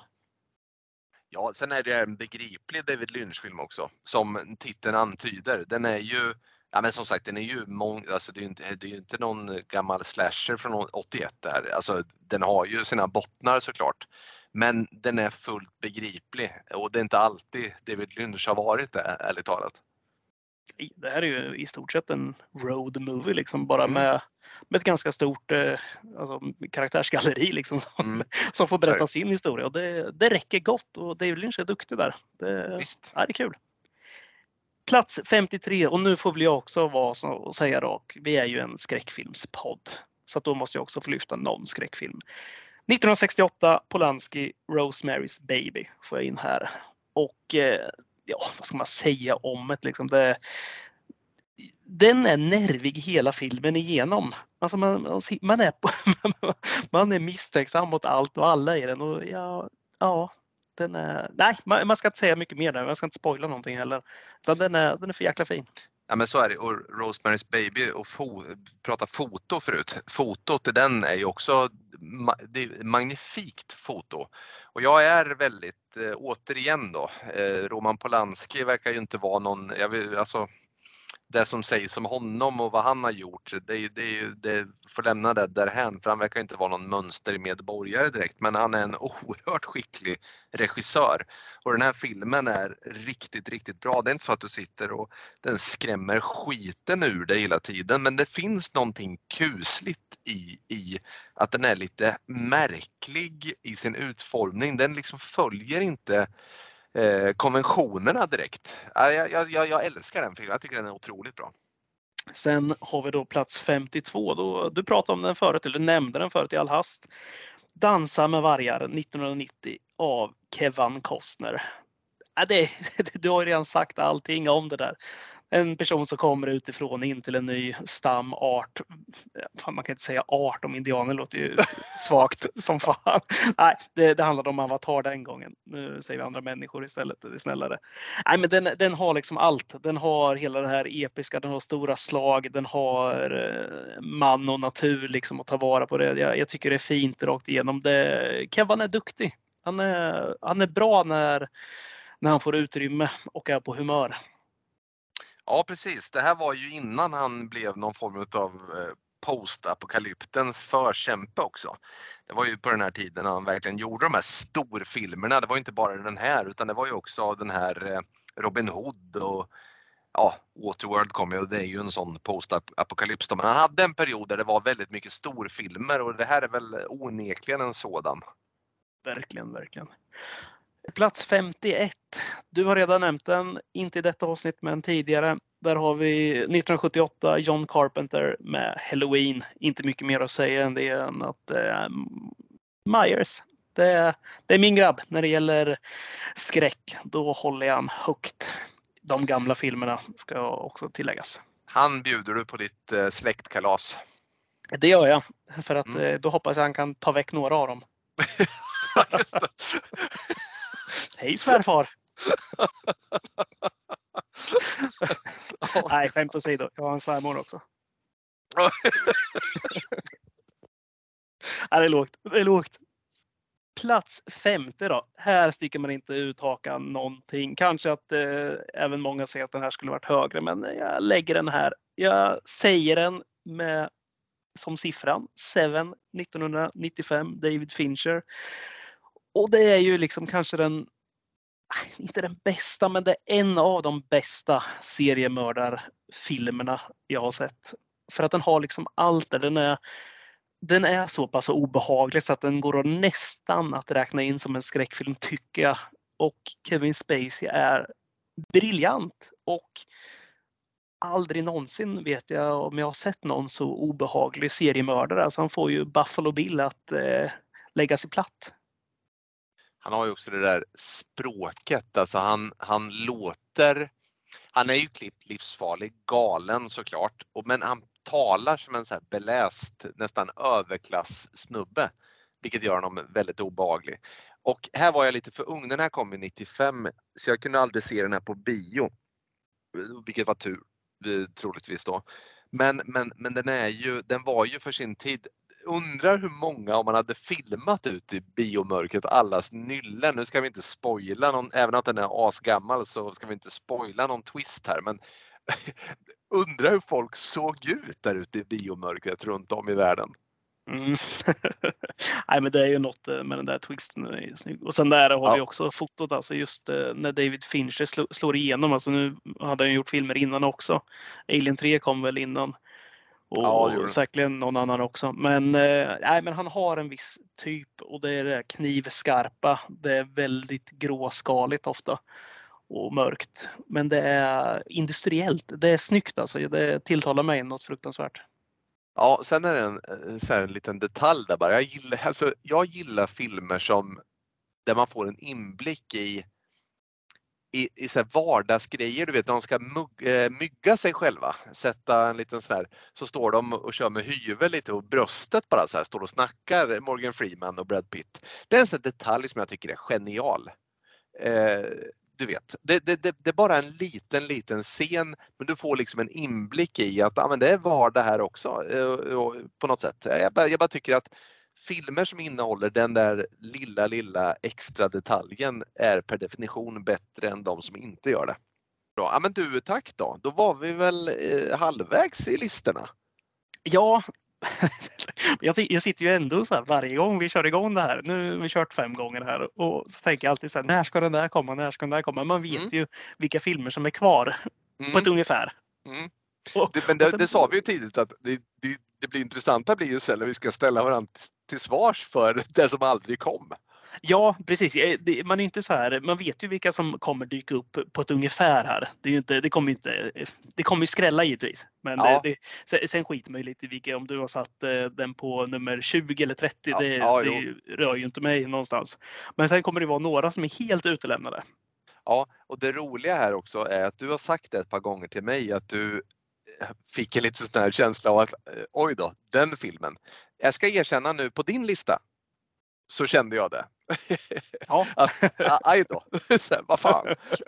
Ja, sen är det en begriplig David Lynch-film också, som titeln antyder. Den är ju, ja men som sagt, den är ju mång, alltså det är ju inte, det är ju inte någon gammal slasher från åttioett där. Alltså den har ju sina bottnar såklart. Men den är fullt begriplig och det är inte alltid David Lynch har varit det, ärligt talat. Det här är ju i stort sett en road movie liksom, bara Mm. med, med ett ganska stort eh, alltså, karaktärsgalleri liksom, som, Mm. som får berätta sin historia. Och det, det räcker gott och David Lynch är duktig där. Det, Visst. Ja, det är kul. Plats femtiotre, och nu får väl jag också vara så och säga rak. Vi är ju en skräckfilmspodd, så att då måste jag också få lyfta någon skräckfilm. nittonhundrasextioåtta, Polanski, Rosemary's Baby får jag in här. Och eh, ja, vad ska man säga om det liksom? Det, den är nervig hela filmen igenom. Alltså man, man, är, man är misstänksam mot allt och alla i den. Och ja, ja, den är, nej, man, man ska inte säga mycket mer där. Man ska inte spoila någonting heller. Utan den är, den är för jäkla fin. Ja, men så är det. Och Rosemary's Baby och fo- prata foto förut. Fotot i den är ju också ma- det är magnifikt foto. Och jag är väldigt, eh, återigen då, eh, Roman Polanski verkar ju inte vara någon, jag vill, alltså det som sägs om honom och vad han har gjort, det, är, det, är, det får lämna det därhän, för han verkar inte vara någon mönstermedborgare direkt, men han är en oerhört skicklig regissör. Och den här filmen är riktigt, riktigt bra. Det är inte så att du sitter och den skrämmer skiten ur dig hela tiden, men det finns någonting kusligt i, i att den är lite märklig i sin utformning. Den liksom följer inte Eh, konventionerna direkt. Jag, jag, jag, jag älskar den filmen. Jag tycker den är otroligt bra. Sen har vi då plats femtiotvå. Då, du pratade om den förut, eller du nämnde den förut i all hast. Dansa med vargar nittonhundranittio av Kevin Costner. Ja, det, du har ju redan sagt allting om det där. En person som kommer utifrån in till en ny stam, art. Man kan inte säga art om indianer, låter ju svagt som fan. Nej, det, det handlade om Avatar den gången. Nu säger vi andra människor istället, det är snällare. Nej, men den, den har liksom allt. Den har hela det här episka, den har stora slag, den har eh, man och natur liksom att ta vara på det. Jag, jag tycker det är fint rakt igenom. Det, Kevin är duktig. Han är, han är bra när, när han får utrymme och är på humör. Ja, precis. Det här var ju innan han blev någon form av postapokalyptens förkämpe också. Det var ju på den här tiden han verkligen gjorde de här storfilmerna. Det var inte bara den här, utan det var ju också den här Robin Hood och ja, Waterworld kom ju, och det är ju en sån postapokalyps. Men han hade en period där det var väldigt mycket storfilmer, och det här är väl onekligen en sådan. Verkligen, verkligen. Plats femtioett. Du har redan nämnt den, inte i detta avsnitt men tidigare. Där har vi nittonhundrasjuttioåtta John Carpenter med Halloween. Inte mycket mer att säga än det än att eh, Myers. Det, det är min grabb när det gäller skräck. Då håller jag han högt. De gamla filmerna ska också tilläggas. Han bjuder du på ditt eh, släktkalas. Det gör jag. För att Mm. eh, då hoppas jag han kan ta väck några av dem. Just det. Hej svärfar! Nej, skämt åsido. Jag har en svärmor också. Nej, det är lågt. Det är lågt. Plats femtio då. Här sticker man inte ut hakan någonting. Kanske att eh, även många säger att den här skulle varit högre, men jag lägger den här. Jag säger den med som siffran Seven nittonhundranittiofem, David Fincher. Och det är ju liksom kanske den, inte den bästa, men det är en av de bästa seriemördarfilmerna jag har sett. För att den har liksom allt där. Den är, den är så pass obehaglig så att den går nästan att räkna in som en skräckfilm, tycker jag. Och Kevin Spacey är briljant. Och aldrig någonsin vet jag om jag har sett någon så obehaglig seriemördare. Alltså han får ju Buffalo Bill att eh, lägga sig platt. Han har ju också det där språket, alltså han, han låter, han är ju klippt livsfarlig, galen såklart, och, men han talar som en så här beläst, nästan överklass snubbe, vilket gör honom väldigt obehaglig. Och här var jag lite för ung, den här kom i nittiofem, så jag kunde aldrig se den här på bio, vilket var tur, troligtvis då. Men, men, men den är ju, den var ju för sin tid. Undrar hur många, om man hade filmat ut i biomörkret, allas nyllen. Nu ska vi inte spoila någon, även att den är asgammal så ska vi inte spoila någon twist här. Men undrar hur folk såg ut där ute i biomörkret runt om i världen. Mm. Nej, men det är ju något med den där twisten. Är snygg. Och sen där har ja. vi också fotot, alltså just när David Fincher slår, slår igenom. Alltså nu hade han gjort filmer innan också. Alien tre kom väl innan. Och ja, säkerligen någon annan också. Men, eh, nej, men han har en viss typ, och det är det knivskarpa. Det är väldigt gråskaligt ofta och mörkt. Men det är industriellt. Det är snyggt alltså. Det tilltalar mig något fruktansvärt. Ja, sen är det en, så här, en liten detalj där bara. Jag gillar, alltså, jag gillar filmer som, där man får en inblick i i, i så här vardagsgrejer, du vet, de ska mugg, äh, mygga sig själva, sätta en liten sån här, så står de och kör med huvudet lite och bröstet bara så här, står och snackar Morgan Freeman och Brad Pitt. Det är en sån detalj som jag tycker är genial. Eh, du vet, det, det, det, det är bara en liten, liten scen, men du får liksom en inblick i att ja, men det var det här också eh, på något sätt. Jag bara, jag bara tycker att filmer som innehåller den där lilla, lilla extra detaljen är per definition bättre än de som inte gör det. Bra. Ja, men du, tack då. Då var vi väl eh, halvvägs i listorna. Ja, jag, jag sitter ju ändå så här varje gång vi kör igång det här. Nu har vi kört fem gånger här och så tänker jag alltid så här, när ska den där komma, när ska den där komma? Man vet mm. ju vilka filmer som är kvar mm. på ett ungefär. Mm. Och, det, men det, sen, det sa vi ju tidigt att det, det, det blir intressanta blir ju sen när vi ska ställa varandra till, till svars för det som aldrig kom. Ja, precis. Man är inte så här, man vet ju vilka som kommer dyka upp på ett ungefär här. Det är ju inte, det kommer ju inte, det kommer ju skrälla givetvis. Men ja. det, det, sen skiter man ju lite i vilka, om du har satt den på nummer tjugo eller trettio, ja. det, ja, det rör ju inte mig någonstans. Men sen kommer det vara några som är helt utelämnade. Ja, och det roliga här också är att du har sagt det ett par gånger till mig att du fick en lite sån här känsla av att oj då, den filmen. Jag ska erkänna nu på din lista så kände jag det. Ja. Aj då, vad fan.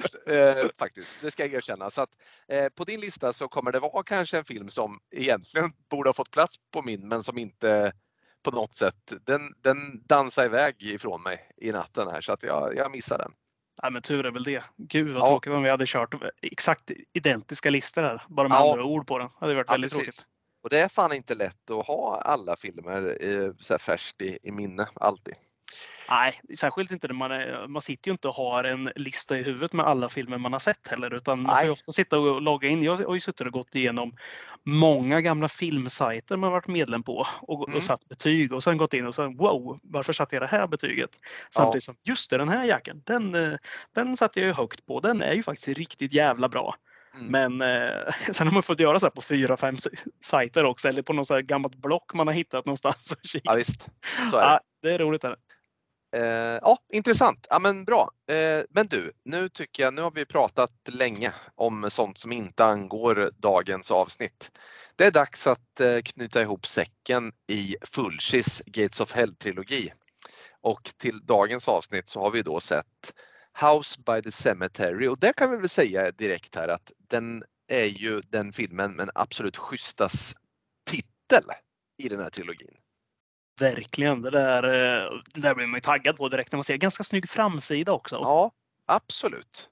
eh, faktiskt, det ska jag erkänna. Så att, eh, på din lista så kommer det vara kanske en film som egentligen borde ha fått plats på min men som inte på något sätt, den, den dansar iväg ifrån mig i natten här så att jag, jag missar den. Ja, men tur är väl det. Gud vad ja. tråkigt om vi hade kört exakt identiska listor här. Bara med ja. andra ord på den. Det hade varit ja, väldigt precis. tråkigt. Och det är fan inte lätt att ha alla filmer eh, så här färskt i, i minne alltid. Nej, särskilt inte när man, är, man sitter ju inte och har en lista i huvudet med alla filmer man har sett heller. Utan man får ju ofta sitta och logga in. Jag har ju suttit och gått igenom många gamla filmsajter man har varit medlem på. Och, mm. och satt betyg och sen gått in och sagt wow, varför satte jag det här betyget? Samtidigt ja. som, just det, den här jacken, den, den satte jag ju högt på. Den är ju faktiskt riktigt jävla bra. Mm. Men eh, sen har man fått göra så här på fyra, fem sajter också. Eller på något så här gammalt block man har hittat någonstans. Ja visst, så är det. Ja, det är roligt. Här. Eh, ja, intressant. Ja, men bra. Eh, men du, nu tycker jag, nu har vi pratat länge om sånt som inte angår dagens avsnitt. Det är dags att eh, knyta ihop säcken i Fulcis Gates of Hell-trilogi. Och till dagens avsnitt så har vi då sett House by the Cemetery och det kan vi väl säga direkt här att den är ju den filmen med en absolut schystas titel i den här trilogin. Verkligen, det där, det där blir man ju taggad på direkt när man ser ganska snygg framsida också. Ja, absolut.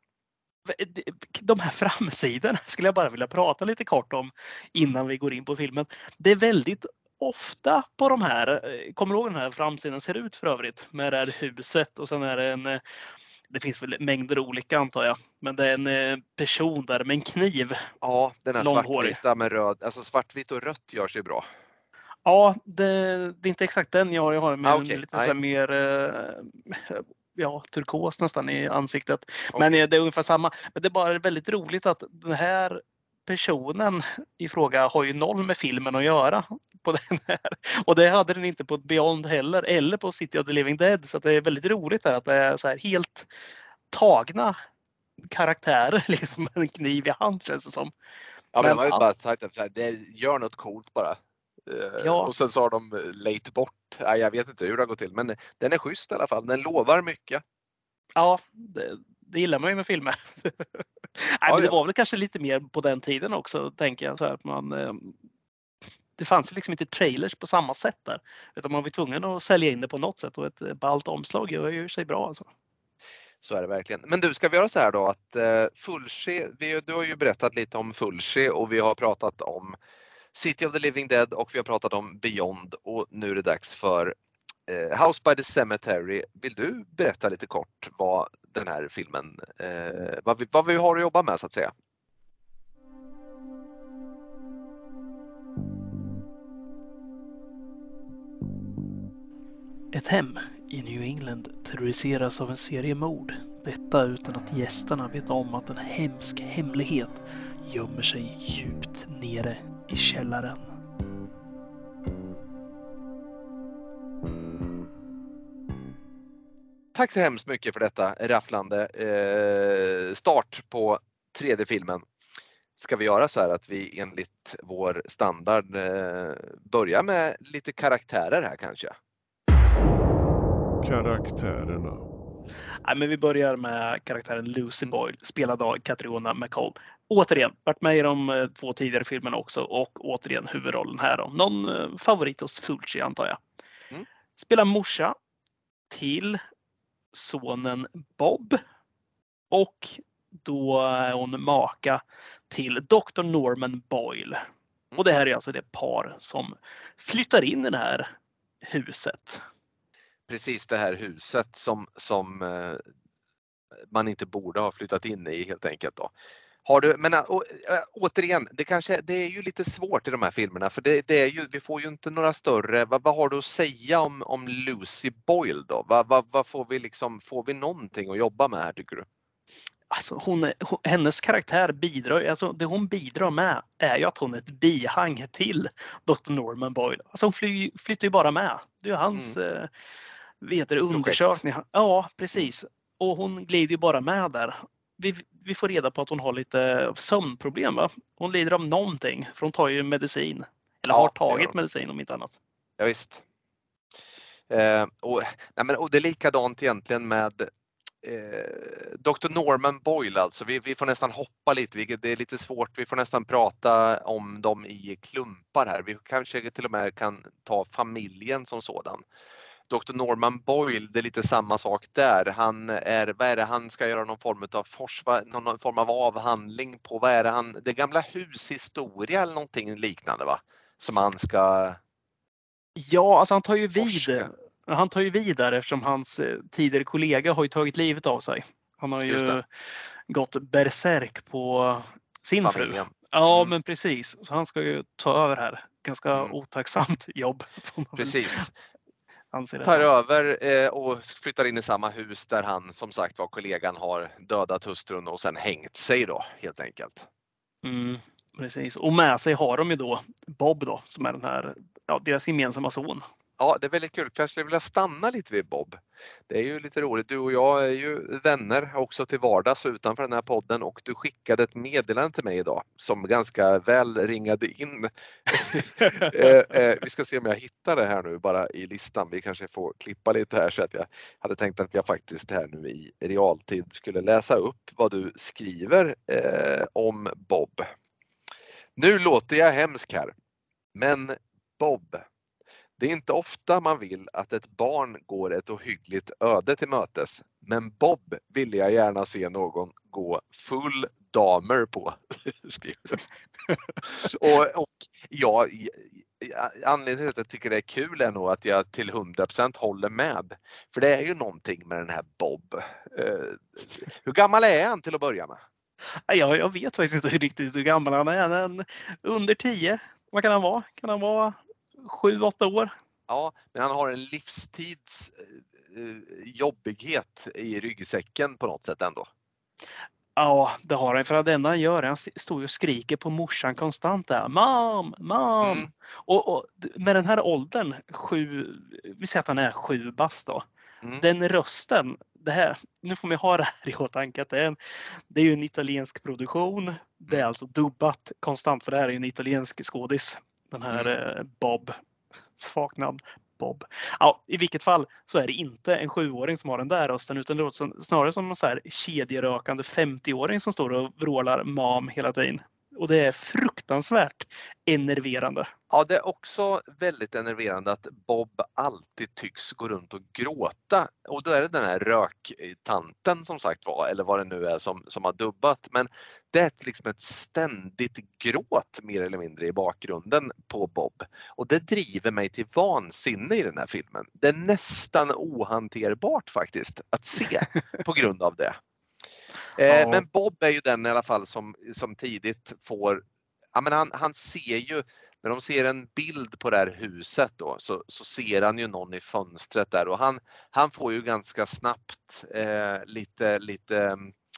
De här framsidorna skulle jag bara vilja prata lite kort om innan vi går in på filmen. Det är väldigt ofta på de här, kommer du ihåg den här framsidan ser ut för övrigt med det här huset och sen är det en, det finns väl mängder olika antar jag, men det är en person där med en kniv. Ja, den här svartvita med röd, alltså svartvitt och rött gör sig bra. Ja, det, det är inte exakt den jag har. Jag har med ah, okay. lite så här mer ja, turkos nästan i ansiktet. Okay. Men det är ungefär samma. Men det är bara väldigt roligt att den här personen i fråga har ju noll med filmen att göra på den här. Och det hade den inte på Beyond heller eller på City of the Living Dead. Så det är väldigt roligt här att det är så här helt tagna karaktärer liksom med en kniv i hand känns det som. Ja, men, men de har ju bara sagt att det gör något coolt bara. Ja. Och sen så har de lejt bort. Ja, jag vet inte hur det har gått till, men den är schysst i alla fall. Den lovar mycket. Ja, det, det gillar man ju med filmer. Nej, ja, men det var väl kanske lite mer på den tiden också, tänker jag. Så här, att man, det fanns ju liksom inte trailers på samma sätt där. Utan man var tvungen att sälja in det på något sätt. Och ett ballt omslag gör ju sig bra. Alltså. Så är det verkligen. Men du, ska vi göra så här då att uh, Fulci, vi, du har ju berättat lite om Fulci och vi har pratat om City of the Living Dead och vi har pratat om Beyond och nu är det dags för eh, House by the Cemetery. Vill du berätta lite kort vad den här filmen, eh, vad, vi, vad vi har att jobba med så att säga? Ett hem i New England terroriseras av en serie mord. Detta utan att gästerna vet om att en hemsk hemlighet gömmer sig djupt nere i källaren. Tack så hemskt mycket för detta rafflande eh, start på tredje filmen. Ska vi göra så här att vi enligt vår standard eh, börjar med lite karaktärer här kanske? Karaktärerna. Nej, men vi börjar med karaktären Lucy Boyle, spelad av Catriona MacColl. Återigen, varit med i de två tidigare filmerna också och återigen huvudrollen här då. Någon favorit hos Fulci antar jag. Mm. Spelar morsa till sonen Bob. Och då är hon maka till doktor Norman Boyle. Och det här är alltså det par som flyttar in i det här huset. Precis det här huset som, som eh, man inte borde ha flyttat in i helt enkelt då. Har du, men å, å, återigen, det, kanske, det är ju lite svårt i de här filmerna för det, det är ju, vi får ju inte några större, vad, vad har du att säga om, om Lucy Boyle då? Vad, vad, vad får vi liksom, får vi någonting att jobba med här tycker du? Alltså hon, hennes karaktär bidrar, alltså det hon bidrar med är ju att hon är ett bihang till doktor Norman Boyle. Alltså hon fly, flyttar ju bara med. Det är ju hans mm. eh, vet det, undersökning. Ja, precis. Och hon glider ju bara med där. Vi, vi får reda på att hon har lite sömnproblem. Va? Hon lider av någonting, för hon tar ju medicin. Eller ja, har tagit medicin om inte annat. Ja, visst. Eh, och, nej, men, och det är likadant egentligen med Eh, doktor Norman Boyle alltså, vi, vi får nästan hoppa lite, vilket det är lite svårt, vi får nästan prata om dem i klumpar här. Vi kanske till och med kan ta familjen som sådan. doktor Norman Boyle, det är lite samma sak där. Han är, vad är det, han ska göra någon form av forsva, någon form av avhandling på, vad är det han, det gamla hushistoria eller någonting liknande va? Som han ska Ja, alltså han tar ju vid. forska. Han tar ju vid där eftersom hans tidigare kollega har ju tagit livet av sig. Han har ju gått berserk på sin familjen. Fru. Ja, mm. men precis. Så han ska ju ta över här. Ganska mm. otacksamt jobb. Precis. Tar så. över eh, och flyttar in i samma hus där han som sagt var kollegan har dödat hustrun och sen hängt sig då helt enkelt. Mm, precis. Och med sig har de ju då Bob då som är den här, ja, deras gemensamma son. Ja, det är väldigt kul. Jag skulle vilja stanna lite vid Bob. Det är ju lite roligt. Du och jag är ju vänner också till vardags utanför den här podden och du skickade ett meddelande till mig idag som ganska väl ringade in. eh, eh, vi ska se om jag hittar det här nu bara i listan. Vi kanske får klippa lite här så att jag hade tänkt att jag faktiskt här nu i realtid skulle läsa upp vad du skriver eh, om Bob. Nu låter jag hemsk här, men Bob. Det är inte ofta man vill att ett barn går ett ohyggligt öde till mötes, men Bob ville jag gärna se någon gå full damer på. och, och ja, anledningen till att jag tycker det är kul är nog att jag till hundra procent håller med. För det är ju någonting med den här Bob. Uh, hur gammal är han till att börja med? Ja, jag vet faktiskt inte riktigt hur gammal han är. Men under tio. Vad kan han vara? Kan han vara sju, åtta år? Ja, men han har en livstids jobbighet i ryggsäcken på något sätt ändå. Ja, det har han. För det enda han gör, han står och skriker på morsan konstant där. Mam, mam! Mm. Och, och med den här åldern, sju, vi säger att han är sju bast då. Mm. Den rösten, det här, nu får man ha det här i åtanke att det är, en, det är ju en italiensk produktion. Det är alltså dubbat konstant för det här är ju en italiensk skådis. Den här mm. Bob. Svagt namn, Bob. Ja, i vilket fall så är det inte en sjuåring som har den där rösten utan det låter snarare som en så här kedjerökande femtioåring som står och vrålar mam hela tiden. Och det är fruktansvärt enerverande. Ja, det är också väldigt enerverande att Bob alltid tycks gå runt och gråta. Och då är det den här röktanten som sagt var, eller vad det nu är som, som har dubbat. Men det är liksom ett ständigt gråt mer eller mindre i bakgrunden på Bob. Och det driver mig till vansinne i den här filmen. Det är nästan ohanterbart faktiskt att se på grund av det. Ja. Men Bob är ju den i alla fall som, som tidigt får, ja men han, han ser ju, när de ser en bild på det här huset då så, så ser han ju någon i fönstret där och han, han får ju ganska snabbt eh, lite, lite eh,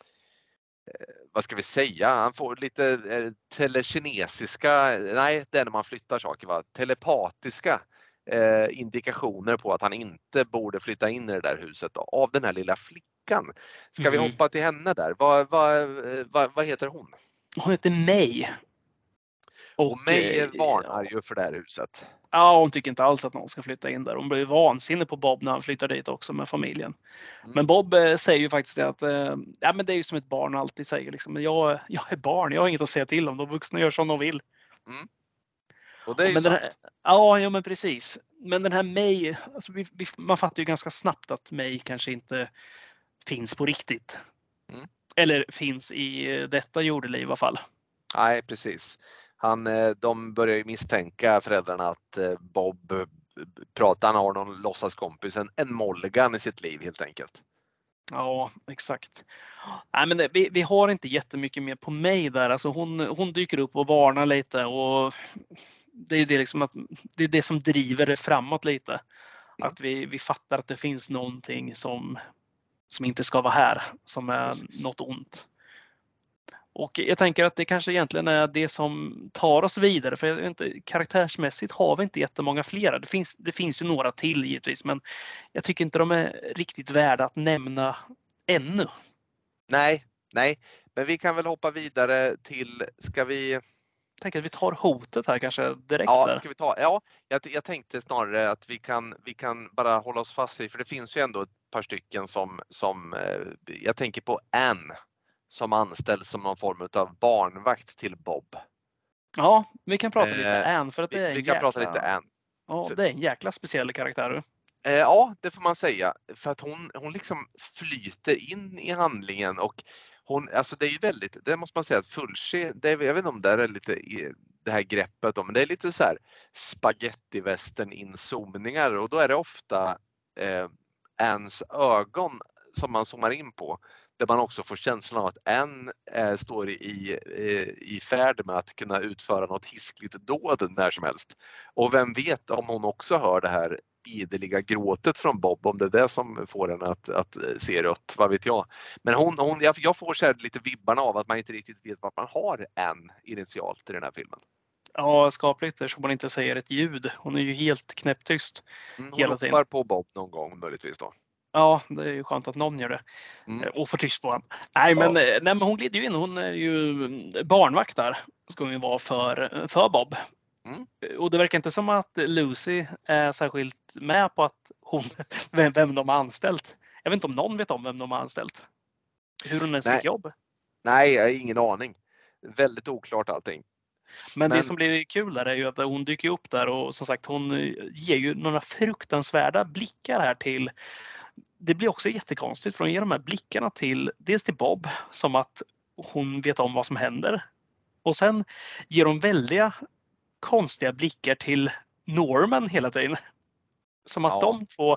vad ska vi säga, han får lite eh, telekinesiska, nej det är när man flyttar saker va, telepatiska eh, indikationer på att han inte borde flytta in i det där huset då, av den här lilla flickan. Ska vi hoppa till henne där? Vad, vad, vad, vad heter hon? Hon heter May. Och, och May varnar ju för det här huset. Ja, hon tycker inte alls att någon ska flytta in där. Hon blir vansinnig på Bob när han flyttar dit också med familjen. Mm. Men Bob eh, säger ju faktiskt att eh, ja, men det är ju som ett barn alltid säger. Liksom, jag, jag är barn, jag har inget att säga till om. De vuxna gör som de vill. Mm. Och det är ju men den sant. här, ja, ja, men precis. Men den här May, alltså vi, vi, man fattar ju ganska snabbt att May kanske inte finns på riktigt. Mm. Eller finns i detta jordeliv i alla fall. Nej, precis. Han, de börjar ju misstänka föräldrarna att Bob pratar, han har någon låtsaskompis, en, en Mulligan i sitt liv helt enkelt. Ja, exakt. Nej, men det, vi, vi har inte jättemycket mer på mig där. Alltså hon, hon dyker upp och varnar lite och det är ju det, liksom att, det, är det som driver det framåt lite. Mm. Att vi, vi fattar att det finns någonting som, som inte ska vara här, som är Precis. Något ont. Och jag tänker att det kanske egentligen är det som tar oss vidare. För jag vet inte, karaktärsmässigt har vi inte jättemånga flera. Det finns, det finns ju några till givetvis, men jag tycker inte de är riktigt värda att nämna ännu. Nej, nej, men vi kan väl hoppa vidare till, ska vi... Jag tänker att vi tar hotet här kanske direkt. Ja, där. Ska vi ta, ja jag, jag tänkte snarare att vi kan, vi kan bara hålla oss fast vid, för det finns ju ändå ett par stycken som, som jag tänker på Anne, som anställs som någon form av barnvakt till Bob. Ja, vi kan prata eh, lite Anne, för att det vi, är en vi kan jäkla... prata lite Anne. Ja, det är en jäkla speciell karaktär. Eh, ja, det får man säga, för att hon, hon liksom flyter in i handlingen och hon, alltså det är ju väldigt, det måste man säga att Fulci, det är, jag vet inte om det är lite det här greppet då, men det är lite så här spaghetti-västern inzoomningar och då är det ofta eh, Annes ögon som man zoomar in på, där man också får känslan av att Anne eh, står i, eh, i färd med att kunna utföra något hiskligt dåd när som helst. Och vem vet om hon också hör det här ideliga gråtet från Bob, om det är det som får henne att, att se rött, vad vet jag. Men hon, hon, jag, jag får så här lite vibbarna av att man inte riktigt vet vad man har Anne initialt i den här filmen. Ja, skapligt eftersom hon inte säger ett ljud. Hon är ju helt knäpptyst mm, hela tiden. Hon ropar på Bob någon gång möjligtvis då. Ja, det är ju skönt att någon gör det. Mm. Och får tyst på honom. Nej, men, ja. nej, men hon glider ju in. Hon är ju barnvakt där. Ska hon ju vara för, för Bob. Mm. Och det verkar inte som att Lucy är särskilt med på att hon, vem, vem de har anställt. Jag vet inte om någon vet om vem de har anställt. Hur hon ens fick jobb. Nej, jag har ingen aning. Väldigt oklart allting. Men, Men det som blir kul där är ju att hon dyker upp där och som sagt hon ger ju några fruktansvärda blickar här till. Det blir också jättekonstigt för hon ger de här blickarna till dels till Bob som att hon vet om vad som händer. Och sen ger hon väldiga konstiga blickar till Norman hela tiden. Som att ja. de två...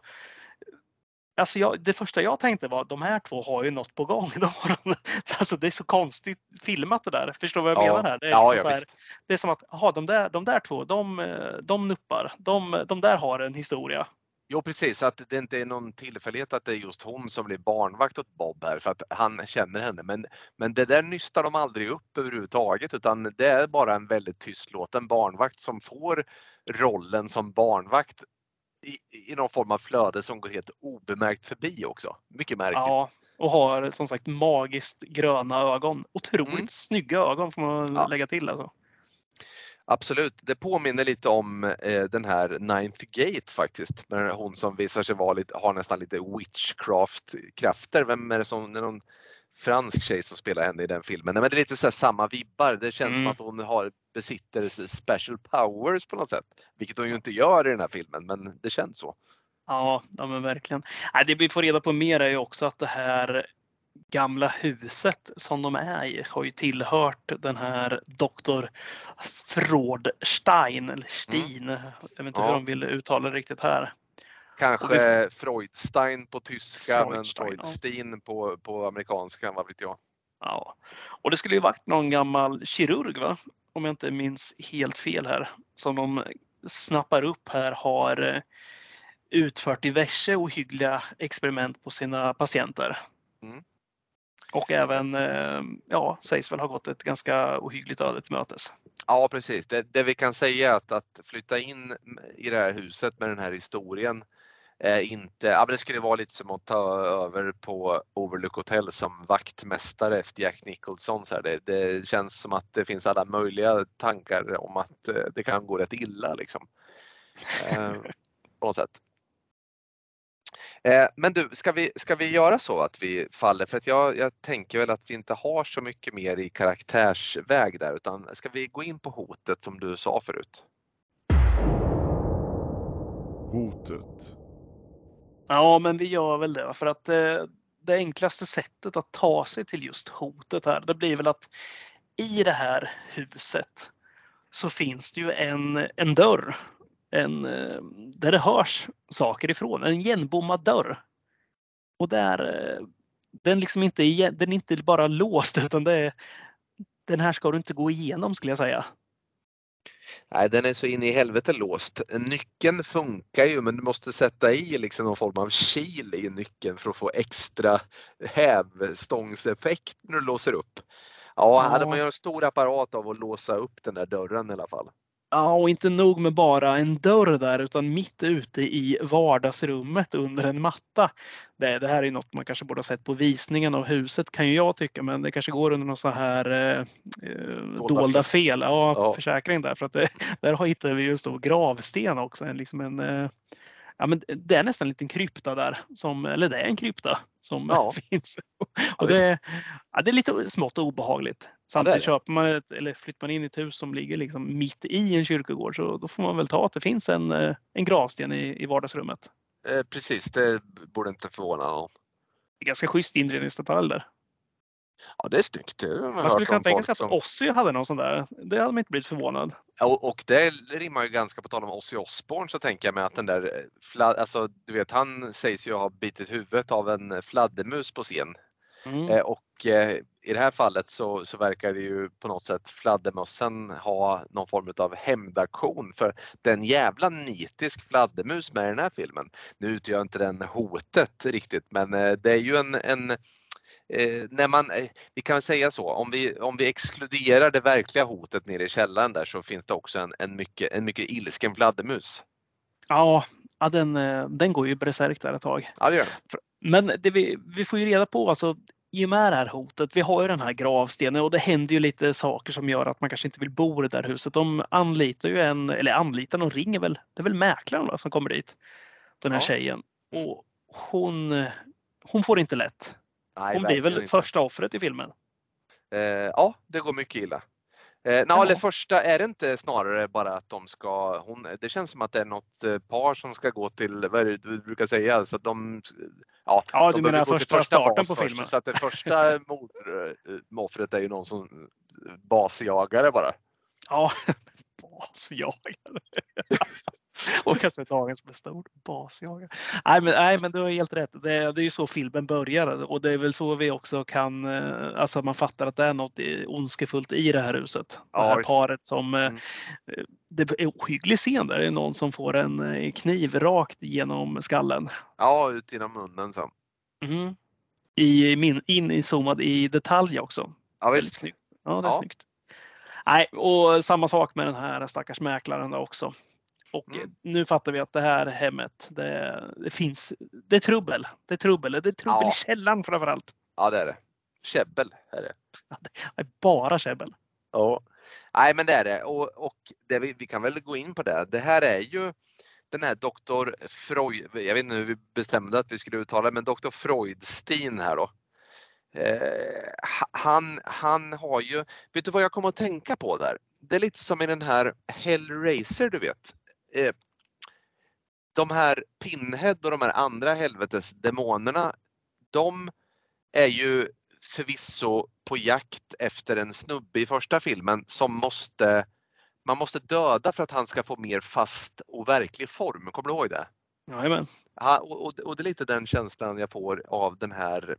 Alltså jag, det första jag tänkte var att de här två har ju något på gång. De har, alltså det är så konstigt filmat det där. Förstår du vad jag ja. menar här? Det är, liksom ja, så här, det är som att aha, de, där, de där två, de, de nuppar. De, de där har en historia. Jo precis, att det inte är någon tillfällighet att det är just hon som blir barnvakt åt Bob här för att han känner henne. Men, men det där nystar de aldrig upp överhuvudtaget utan det är bara en väldigt tystlåten barnvakt som får rollen som barnvakt i, i någon form av flöde som går helt obemärkt förbi också. Mycket märkligt. Ja, och har som sagt magiskt gröna ögon. Otroligt mm. snygga ögon får man ja. lägga till alltså. Absolut, det påminner lite om eh, den här Ninth Gate faktiskt. Men hon som visar sig vara lite, har nästan lite witchcraft-krafter. Vem är det som, det är någon fransk tjej som spelar henne i den filmen. Nej, men det är lite så här samma vibbar. Det känns mm. som att hon har, besitter special powers på något sätt. Vilket hon ju inte gör i den här filmen, men det känns så. Ja, ja men verkligen. Nej, det vi får reda på mer är ju också att det här gamla huset som de är i har ju tillhört den här doktor Frodstein eller Stein. Mm. Jag vet inte ja. hur de vill uttala det riktigt här. Kanske vi... Freudstein på tyska Freudstein, men Freudstein ja. på, på amerikanska, vad vet jag. Ja, och det skulle ju varit någon gammal kirurg va? Om jag inte minns helt fel här. Som de snappar upp här har utfört diverse ohyggliga experiment på sina patienter. Mm. Och även, ja, sägs väl ha gått ett ganska ohyggligt öde till mötes. Ja, precis. Det, det vi kan säga är att, att flytta in i det här huset med den här historien är inte, ja, det skulle vara lite som att ta över på Overlook Hotel som vaktmästare efter Jack Nicholson. Så här, det, det känns som att det finns alla möjliga tankar om att det kan gå rätt illa liksom. Eh, på något sätt. Eh, men du, ska vi, ska vi göra så att vi faller? För att jag, jag tänker väl att vi inte har så mycket mer i karaktärsväg där, utan ska vi gå in på hotet som du sa förut? Hotet. Ja, men vi gör väl det. För att eh, det enklaste sättet att ta sig till just hotet här, det blir väl att i det här huset så finns det ju en, en dörr. En, eh, där det hörs saker ifrån. En igenbommad dörr. Och där, eh, den, liksom inte, är- den är inte bara låst, utan det är, den här ska du inte gå igenom, skulle jag säga. Nej, den är så in i helvete låst. Nyckeln funkar ju, men du måste sätta i liksom någon form av kil i nyckeln för att få extra hävstångseffekt när du låser upp. Ja, Ja. de har ju en stor apparat av att låsa upp den där dörren i alla fall. Ja, och inte nog med bara en dörr där, utan mitt ute i vardagsrummet under en matta. Det, det här är något man kanske borde ha sett på visningen av huset, kan ju jag tycka, men det kanske går under någon så här eh, dolda, dolda fel. fel. Ja, Ja. försäkring där. För att det, där hittar vi ju en stor gravsten också. En, liksom en, eh, ja, men det är nästan en liten krypta där, som, eller det är en krypta som Ja. finns. Ja, Och det, ja, det är lite smått obehagligt. Samtidigt det. köper man ett, eller flyttar man in i ett hus som ligger liksom mitt i en kyrkogård, så då får man väl ta att det finns en, en gravsten i, i vardagsrummet. Eh, precis, det borde inte förvåna någon. Det är ganska schysst inredningsdetalj där. Ja, det är snyggt. Det har Man skulle kunna tänka sig att som... Ozzy hade någon sån där. Det hade man inte blivit förvånad. Och, och det rimmar ju ganska, på tal om Ozzy Osbourne, så tänker jag mig att den där, alltså du vet, han sägs ju ha bitit huvudet av en fladdermus på scen. Mm. Eh, och eh, i det här fallet så, så verkar det ju på något sätt fladdermössen ha någon form av hämndaktion för den jävla nitisk fladdermus med i den här filmen. Nu utgör inte den hotet riktigt, men eh, det är ju en, en eh, när man, eh, vi kan säga så, om vi, om vi exkluderar det verkliga hotet nere i källaren där, så finns det också en, en, mycket, en mycket ilsken fladdermus. Ja, ja den, den går ju berserk där ett tag. Ja, det gör det. Men det vi, vi får ju reda på, alltså, i och med det här hotet, vi har ju den här gravstenen och det händer ju lite saker som gör att man kanske inte vill bo i det där huset. De anlitar ju en, eller anlitar, de ringer väl, det är väl mäklaren va, som kommer dit, den här Ja. tjejen. Och hon, hon får inte lätt. Nej, Hon blir väl inte. första offret i filmen. Eh, ja, det går mycket illa. Eh, no, eller första, är det inte snarare bara att de ska, hon, det känns som att det är något par som ska gå till, vad är det du brukar säga, så att de, ja, ja de du menar första, första starten på först, filmen. så att det första mordoffret är ju någon som basjagare bara. Ja, basjagare. Och kanske dagens bästa ord, basjagare. Nej men, nej, men du har helt rätt. Det är, det är ju så filmen börjar och det är väl så vi också kan, alltså man fattar att det är något ondskefullt i det här huset. Det Ja, här just. paret som, Mm. det är ohygglig scen där. Det är någon som får en kniv rakt genom skallen. Ja, ut genom munnen sen. Mm. I, min, in i zoomad i detalj också. Ja, Väldigt visst. snyggt. Ja, det är Ja. snyggt. Nej, och samma sak med den här stackars mäklaren då också. Och Mm. nu fattar vi att det här hemmet, det, det finns, det är trubbel. Det är trubbel, det är trubbel Ja. i källaren framförallt. Ja, det är det. Käbbel är det. Det är bara käbbel. Ja. Nej, men det är det. Och, och det, vi, vi kan väl gå in på det. Det här är ju den här doktor Freud, jag vet inte hur vi bestämde att vi skulle uttala det, men doktor Freudstein här då. Eh, han, han har ju, vet du vad jag kommer att tänka på där? Det är lite som i den här Hellraiser, du vet. Eh, de här Pinhead och de här andra helvetesdemonerna, de är ju förvisso på jakt efter en snubbe i första filmen som måste, man måste döda för att han ska få mer fast och verklig form. Kommer du ihåg det? Jajamän. Ja, och, och, och det är lite den känslan jag får av den här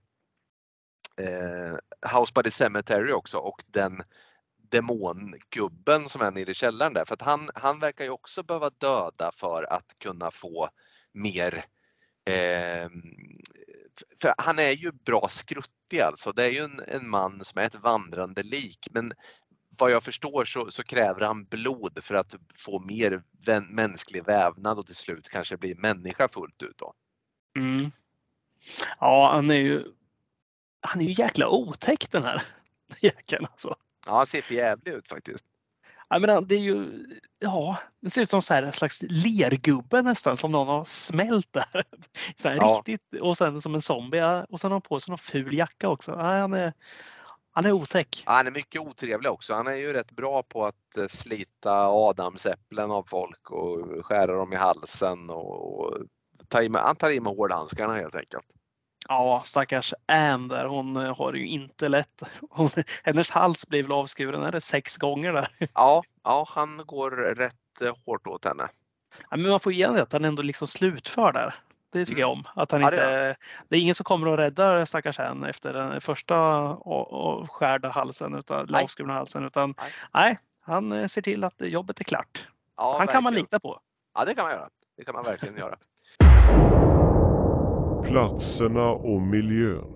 eh, House by the Cemetery också, och den demongubben som är nere i källaren där. För att han, han verkar ju också behöva döda för att kunna få mer. Eh, för han är ju bra skruttig alltså. Det är ju en, en man som är ett vandrande lik. Men vad jag förstår så, så kräver han blod för att få mer vän, mänsklig vävnad och till slut kanske bli människa fullt ut då. Mm. Ja, han är ju han är ju jäkla otäck den här jäkeln alltså. Ja, han ser för jävlig ut faktiskt. Jag menar, det är ju, ja, det ser ut som så här en slags lergubbe nästan som någon har smält där. Så här, Ja. riktigt, och sen som en zombie. Ja, och sen har han på sig någon ful jacka också. Ja, han, är, han är otäck. Han är mycket otrevlig också. Han är ju rätt bra på att eh, slita adamsäpplen av folk och skära dem i halsen och, och ta i med, han tar i med hårdhandskarna helt enkelt. Ja, stackars Anne där. Hon eh, har det ju inte lätt. Hon, hennes hals blev väl avskuren är det sex gånger där. Ja, ja, han går rätt eh, hårt åt henne. Ja, men man får igen det att han ändå liksom slutför där. Det tycker jag om. Att han Ja, det inte, gör det är ingen som kommer att rädda stackars Anne efter den första och, och skärda halsen, utan, Nej. avskurna halsen. Utan, Nej. nej, han eh, ser till att jobbet är klart. Ja, han kan man verkligen. lita på. Ja, det kan man göra. Det kan man verkligen göra. Platserna och miljön.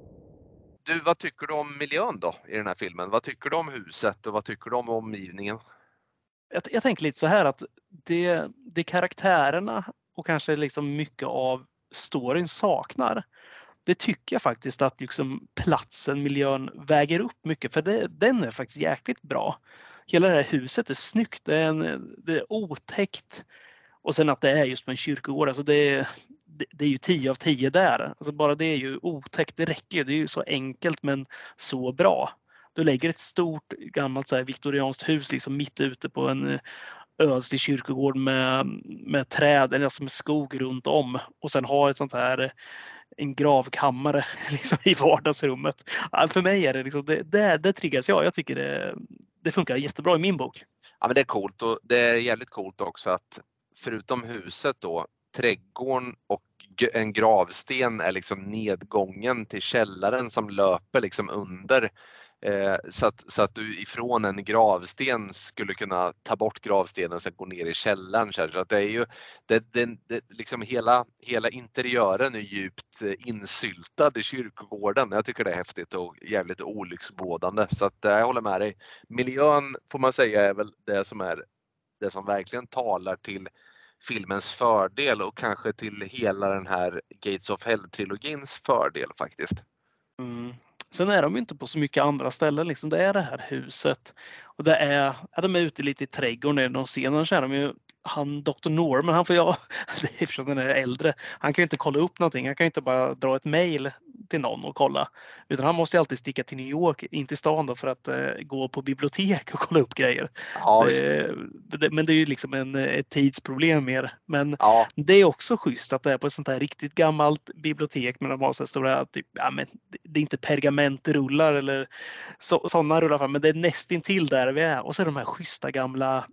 Du, vad tycker du om miljön då i den här filmen? Vad tycker du om huset och vad tycker du om omgivningen? Jag, jag tänker lite så här att det, det karaktärerna och kanske liksom mycket av storyn saknar. Det tycker jag faktiskt att liksom platsen, miljön väger upp mycket, för det, den är faktiskt jäkligt bra. Hela det här huset är snyggt, det är, en, det är otäckt och sen att det är just med en kyrkogård, alltså det, det, det är ju tio av tio där. Alltså bara det är ju otäckt, det räcker ju, det är ju så enkelt men så bra. Du lägger ett stort gammalt så här, viktorianskt hus liksom mitt ute på en ödslig kyrkogård med, med träd, eller alltså med skog runt om och sen har ett sånt här en gravkammare liksom, i vardagsrummet. Ja, för mig är det liksom, det, det, det triggas jag. Jag tycker det, det funkar jättebra i min bok. Ja, men det är coolt och det är jävligt coolt också att förutom huset då, trädgården och en gravsten är liksom nedgången till källaren som löper liksom under. Eh, så, att, så att du ifrån en gravsten skulle kunna ta bort gravstenen och sen gå ner i källaren. Så att det är ju, det, det, det, liksom hela, hela interiören är djupt insyltad i kyrkogården. Jag tycker det är häftigt och jävligt olycksbådande. Så att jag håller med dig. Miljön får man säga är väl det som är det som verkligen talar till filmens fördel och kanske till hela den här Gates of Hell-trilogins fördel faktiskt. Mm. Sen är de ju inte på så mycket andra ställen. Liksom. Det är det här huset. Och det är, ja, de är ute lite i trädgården. När de ser så är de ju, han doktor Norman, han får jag, eftersom den är äldre, han kan ju inte kolla upp någonting. Han kan ju inte bara dra ett mejl till någon och kolla. Utan han måste ju alltid sticka till New York, in till stan då, för att eh, gå på bibliotek och kolla upp grejer. Ja, det, det, men det är ju liksom en, ett tidsproblem mer. Men ja. det är också schysst att det är på ett sånt här riktigt gammalt bibliotek med de har så stora, typ, ja, men det är inte pergamentrullar eller så, sådana rullar fram, men det är nästintill där vi är. Och så är de här schyssta gamla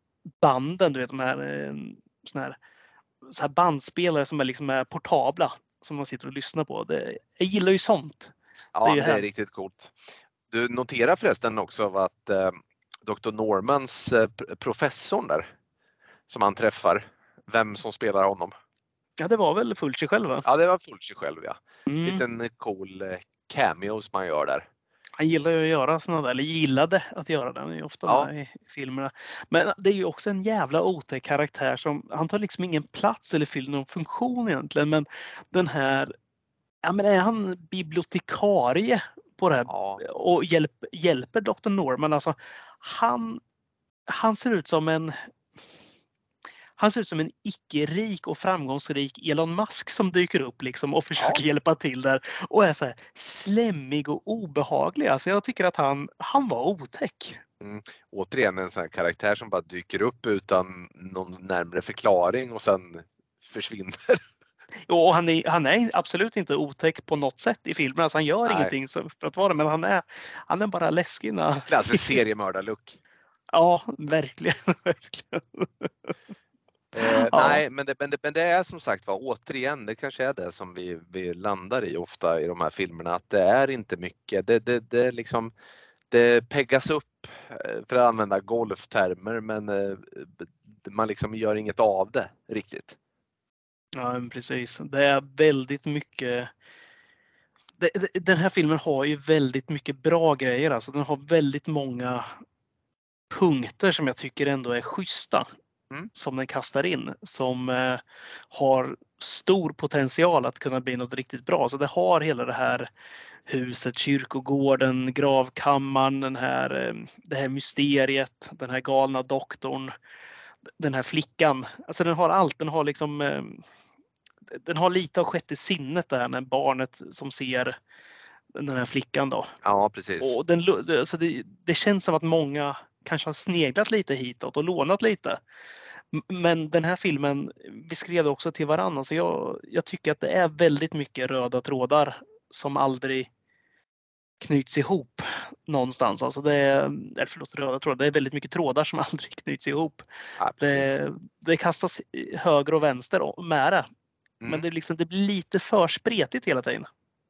banden, du vet de här, såna här, så här bandspelare som är liksom är portabla som man sitter och lyssnar på. Det, jag gillar ju sånt. Ja, det är, det är här. riktigt coolt. Du noterar förresten också att eh, doktor Normans eh, professorn där som han träffar, vem som spelar honom. Ja, det var väl Fulci själv, va? Ja, det var Fulci själv, ja. Mm. Liten cool eh, cameo som man gör där. Han gillar ju att göra sådana där, eller gillade att göra det. Han är ju ofta Ja. med i filmerna. Men det är ju också en jävla otäck karaktär som, han tar liksom ingen plats eller fyller någon funktion egentligen. Men den här, ja men är han bibliotekarie på det här Ja. och hjälp, hjälper doktor Norman? Alltså, han, han ser ut som en Han ser ut som en icke-rik och framgångsrik Elon Musk som dyker upp liksom och försöker Ja. hjälpa till där och är så här slemmig och obehaglig. Alltså jag tycker att han, han var otäck. Mm. Återigen en sån här karaktär som bara dyker upp utan någon närmare förklaring och sen försvinner. Och han är, han är absolut inte otäck på något sätt i filmen. Alltså han gör Nej. ingenting för att vara det, men han är, han är bara läskig. När... Klassisk seriemördarlook. Ja, verkligen. verkligen. Eh, Ja. Nej, men det, men, det, men det är som sagt var återigen, det kanske är det som vi, vi landar i ofta i de här filmerna, att det är inte mycket. Det, det, det, liksom, det peggas upp, för att använda golftermer, men eh, man liksom gör inget av det riktigt. Ja, precis. Det är väldigt mycket. Den här filmen har ju väldigt mycket bra grejer. Alltså den har väldigt många punkter som jag tycker ändå är schyssta. Mm. som den kastar in som eh, har stor potential att kunna bli något riktigt bra. Så det har hela det här huset, kyrkogården, gravkammaren, den här, eh, det här mysteriet, den här galna doktorn, den här flickan. Alltså den har allt. Den har liksom eh, den har lite av sjätte sinnet där när barnet som ser den här flickan då. Ja, precis. Och den, alltså det, det känns som att många kanske har sneglat lite hitåt och lånat lite. Men den här filmen, vi skrev det också till varandra, så jag, jag tycker att det är väldigt mycket röda trådar som aldrig knyts ihop någonstans. Alltså det är, eller förlåt, röda trådar, det är väldigt mycket trådar som aldrig knyts ihop. Ja, Det, det kastas höger och vänster med det. Mm. Men det, liksom, det blir lite för spretigt hela tiden.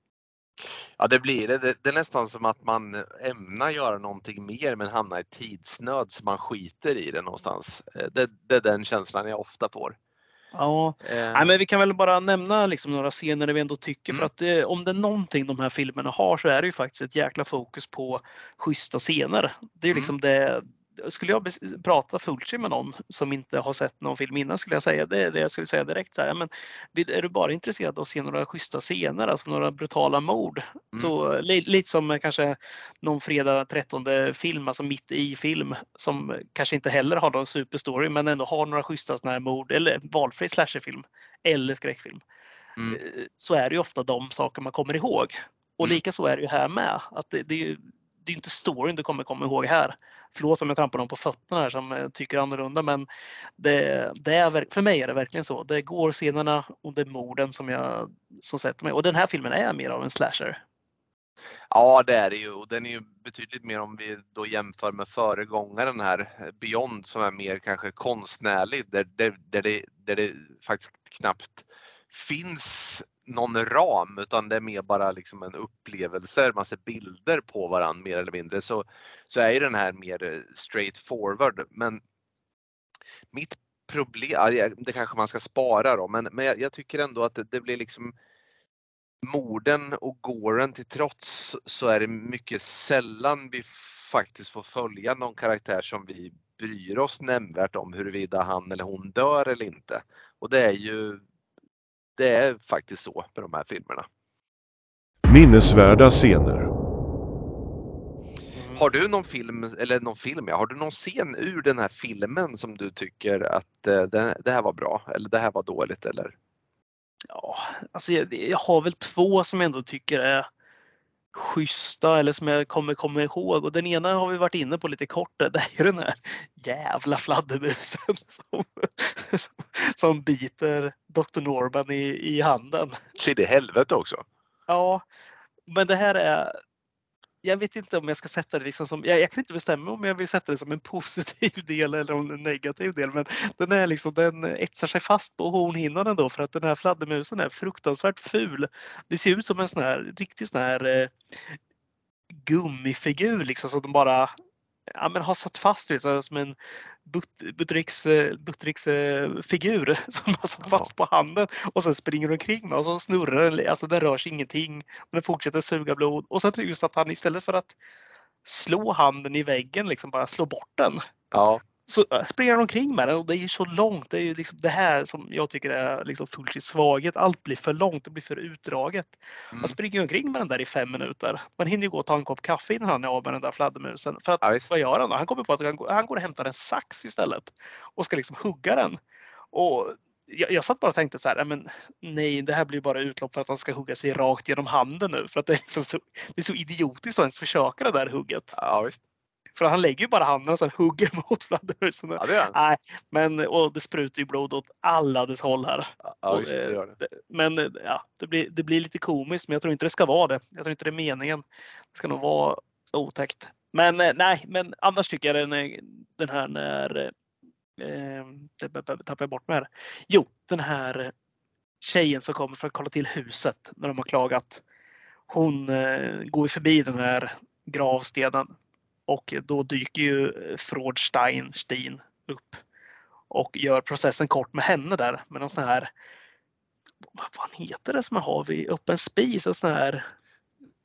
Ja, det blir det. Det är nästan som att man ämnar göra någonting mer men hamnar i tidsnöd så man skiter i det någonstans. Det, det är den känslan jag ofta får. Ja, Eh. Nej, men vi kan väl bara nämna liksom några scener där vi ändå tycker. Mm. För att det, om det är någonting de här filmerna har så är det ju faktiskt ett jäkla fokus på schyssta scener. Det är ju liksom Mm. det. Skulle jag prata Fulci med någon som inte har sett någon film innan skulle jag säga det är det jag skulle säga direkt. Så här, men är du bara intresserad av att se några schyssta scener, alltså några brutala mord? Mm. Så lite som kanske någon fredag trettonde film, alltså mitt i film som kanske inte heller har någon superstory men ändå har några schyssta såna här mord eller valfri slasherfilm eller skräckfilm. Mm. Så är det ju ofta de saker man kommer ihåg. Och Mm. lika så är det ju här med. Att det, det är ju det är inte storyn du kommer komma ihåg här. Förlåt om jag trampar någon på fötterna här som tycker annorlunda, men det, det är, för mig är det verkligen så. Det går scenerna och det är morden som jag som sätter mig. Och den här filmen är mer av en slasher. Ja, det är det ju. Och den är ju betydligt mer om vi då jämför med föregångaren här, Beyond, som är mer kanske konstnärlig, där, där, där, det, där det faktiskt knappt finns någon ram utan det är mer bara liksom en upplevelse, man ser bilder på varandra mer eller mindre, så, så är ju den här mer straight forward. Men mitt problem, det kanske man ska spara då, men, men jag, jag tycker ändå att det, det blir liksom morden och gåren till trots så är det mycket sällan vi faktiskt får följa någon karaktär som vi bryr oss nämnvärt om huruvida han eller hon dör eller inte. Och det är ju det är faktiskt så med de här filmerna. Minnesvärda scener. Har du någon film eller någon film, ja, har du någon scen ur den här filmen som du tycker att eh, det, det här var bra eller det här var dåligt eller? Ja, alltså jag, jag har väl två som jag ändå tycker är schyssta eller som jag kommer komma ihåg. Och den ena har vi varit inne på lite kort. Det är den här jävla fladdermusen som, som biter doktor Norman i, i handen. Till i helvete också. Ja, men det här är... Jag vet inte om jag ska sätta det liksom som... Jag, jag kan inte bestämma om jag vill sätta det som en positiv del eller om en negativ del. Men den är liksom, den etsar sig fast på hornhinnan ändå för att den här fladdermusen är fruktansvärt ful. Det ser ut som en sån här riktigt sån här eh, gummifigur liksom som de bara ja, men har satt fast vid, så som en Buttericks-figur eh, som har satt fast på handen och sen springer omkring med och så snurrar den, alltså den rör sig ingenting och den fortsätter suga blod och sen just att han istället för att slå handen i väggen liksom bara slå bort den. Ja. Så springer han omkring med den och det är ju så långt. Det är ju liksom det här som jag tycker är liksom Fulcis svaghet. Allt blir för långt, det blir för utdraget. Mm. Man springer omkring med den där i fem minuter. Man hinner ju gå och ta en kopp kaffe innan han är av med den där fladdermusen. För att, Ja, visst. vad gör han då? Han kommer på att han går, han går och hämtar en sax istället och ska liksom hugga den. Och jag, jag satt bara och tänkte så här, men nej, det här blir bara utlopp för att han ska hugga sig rakt genom handen nu. För att det är, liksom så, det är så idiotiskt att ens försöka det där hugget. Ja, visst. För han lägger ju bara handen och sen hugger mot fladdermusen. Ja, det gör han. Nej, men och det sprutar ju blod åt alla dess håll här. Ja, visst, det gör det. Men ja, det blir, det blir lite komiskt, men jag tror inte det ska vara det. Jag tror inte det är meningen. Det ska nog vara otäckt. Men nej, men annars tycker jag den, den här när... Eh, det tappar jag bort med det. Jo, den här tjejen som kommer för att kolla till huset när de har klagat. Hon eh, går förbi den här gravstenen. Och då dyker ju Frodstein Stein upp och gör processen kort med henne där. Med någon sån här, vad fan heter det som man har vid öppen spis? En sån här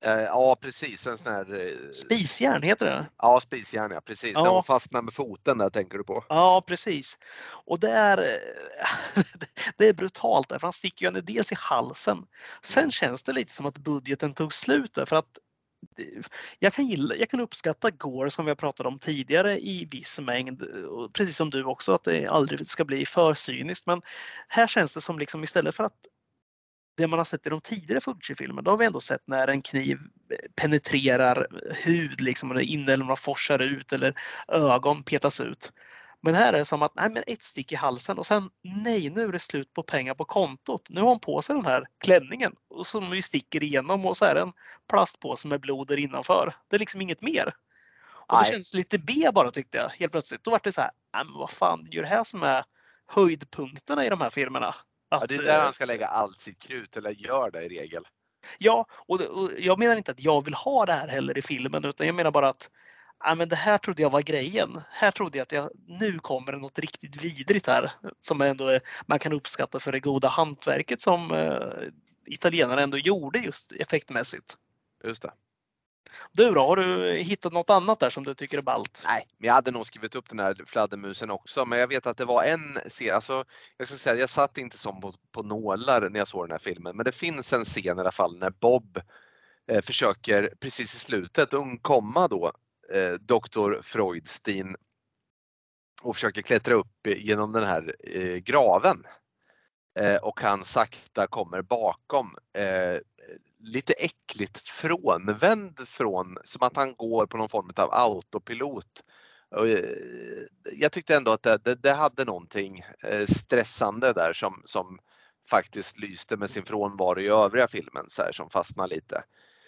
Eh, ja, precis. En sån här... Eh, Spisjärn heter det. Ja, spisjärn, ja. Precis. Ja. När hon fastnar med foten där, tänker du på. Ja, precis. Och det är, det är brutalt där, för han sticker ju henne dels i halsen. Sen Mm. känns det lite som att budgeten tog slut där, för att jag kan, gilla, jag kan uppskatta gore som vi har pratat om tidigare i viss mängd, och precis som du också, att det aldrig ska bli för cyniskt. Men här känns det som liksom istället för att det man har sett i de tidigare Fulci-filmerna, då har vi ändå sett när en kniv penetrerar hud liksom, och inälvorna forsar ut eller ögon petas ut. Men här är det som att nej, men ett stick i halsen och sen nej, nu är det slut på pengar på kontot. Nu har hon på sig den här klänningen och som vi sticker igenom och så är det en plastpåse med blod där innanför. Det är liksom inget mer. Och det Nej. känns lite B bara, tyckte jag helt plötsligt. Då var det så här, nej, men vad fan, det är det här som är höjdpunkterna i de här filmerna. Att, Ja, det är där han ska lägga allt sitt krut, eller gör det i regel. Ja, och, och jag menar inte att jag vill ha det här heller i filmen, utan jag menar bara att ja, men det här trodde jag var grejen. Här trodde jag att jag, nu kommer det något riktigt vidrigt här som ändå är, man kan uppskatta för det goda hantverket som eh, italienarna ändå gjorde just effektmässigt. Just det. Du då, har du hittat något annat där som du tycker är ballt? Nej, men jag hade nog skrivit upp den här fladdermusen också, men jag vet att det var en scen, alltså jag ska säga, jag satt inte som på, på nålar när jag såg den här filmen, men det finns en scen i alla fall när Bob eh, försöker precis i slutet undkomma då eh, doktor Freudstein och försöker klättra upp genom den här eh, graven. Eh, och han sakta kommer bakom, eh, lite äckligt frånvänd från, som att han går på någon form av autopilot. Och, eh, jag tyckte ändå att det, det, det hade någonting eh, stressande där som, som faktiskt lyste med sin frånvaro i övriga filmen, så här, som fastnar lite.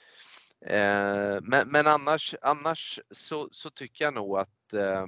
Eh, men, men annars, annars så, så tycker jag nog att eh,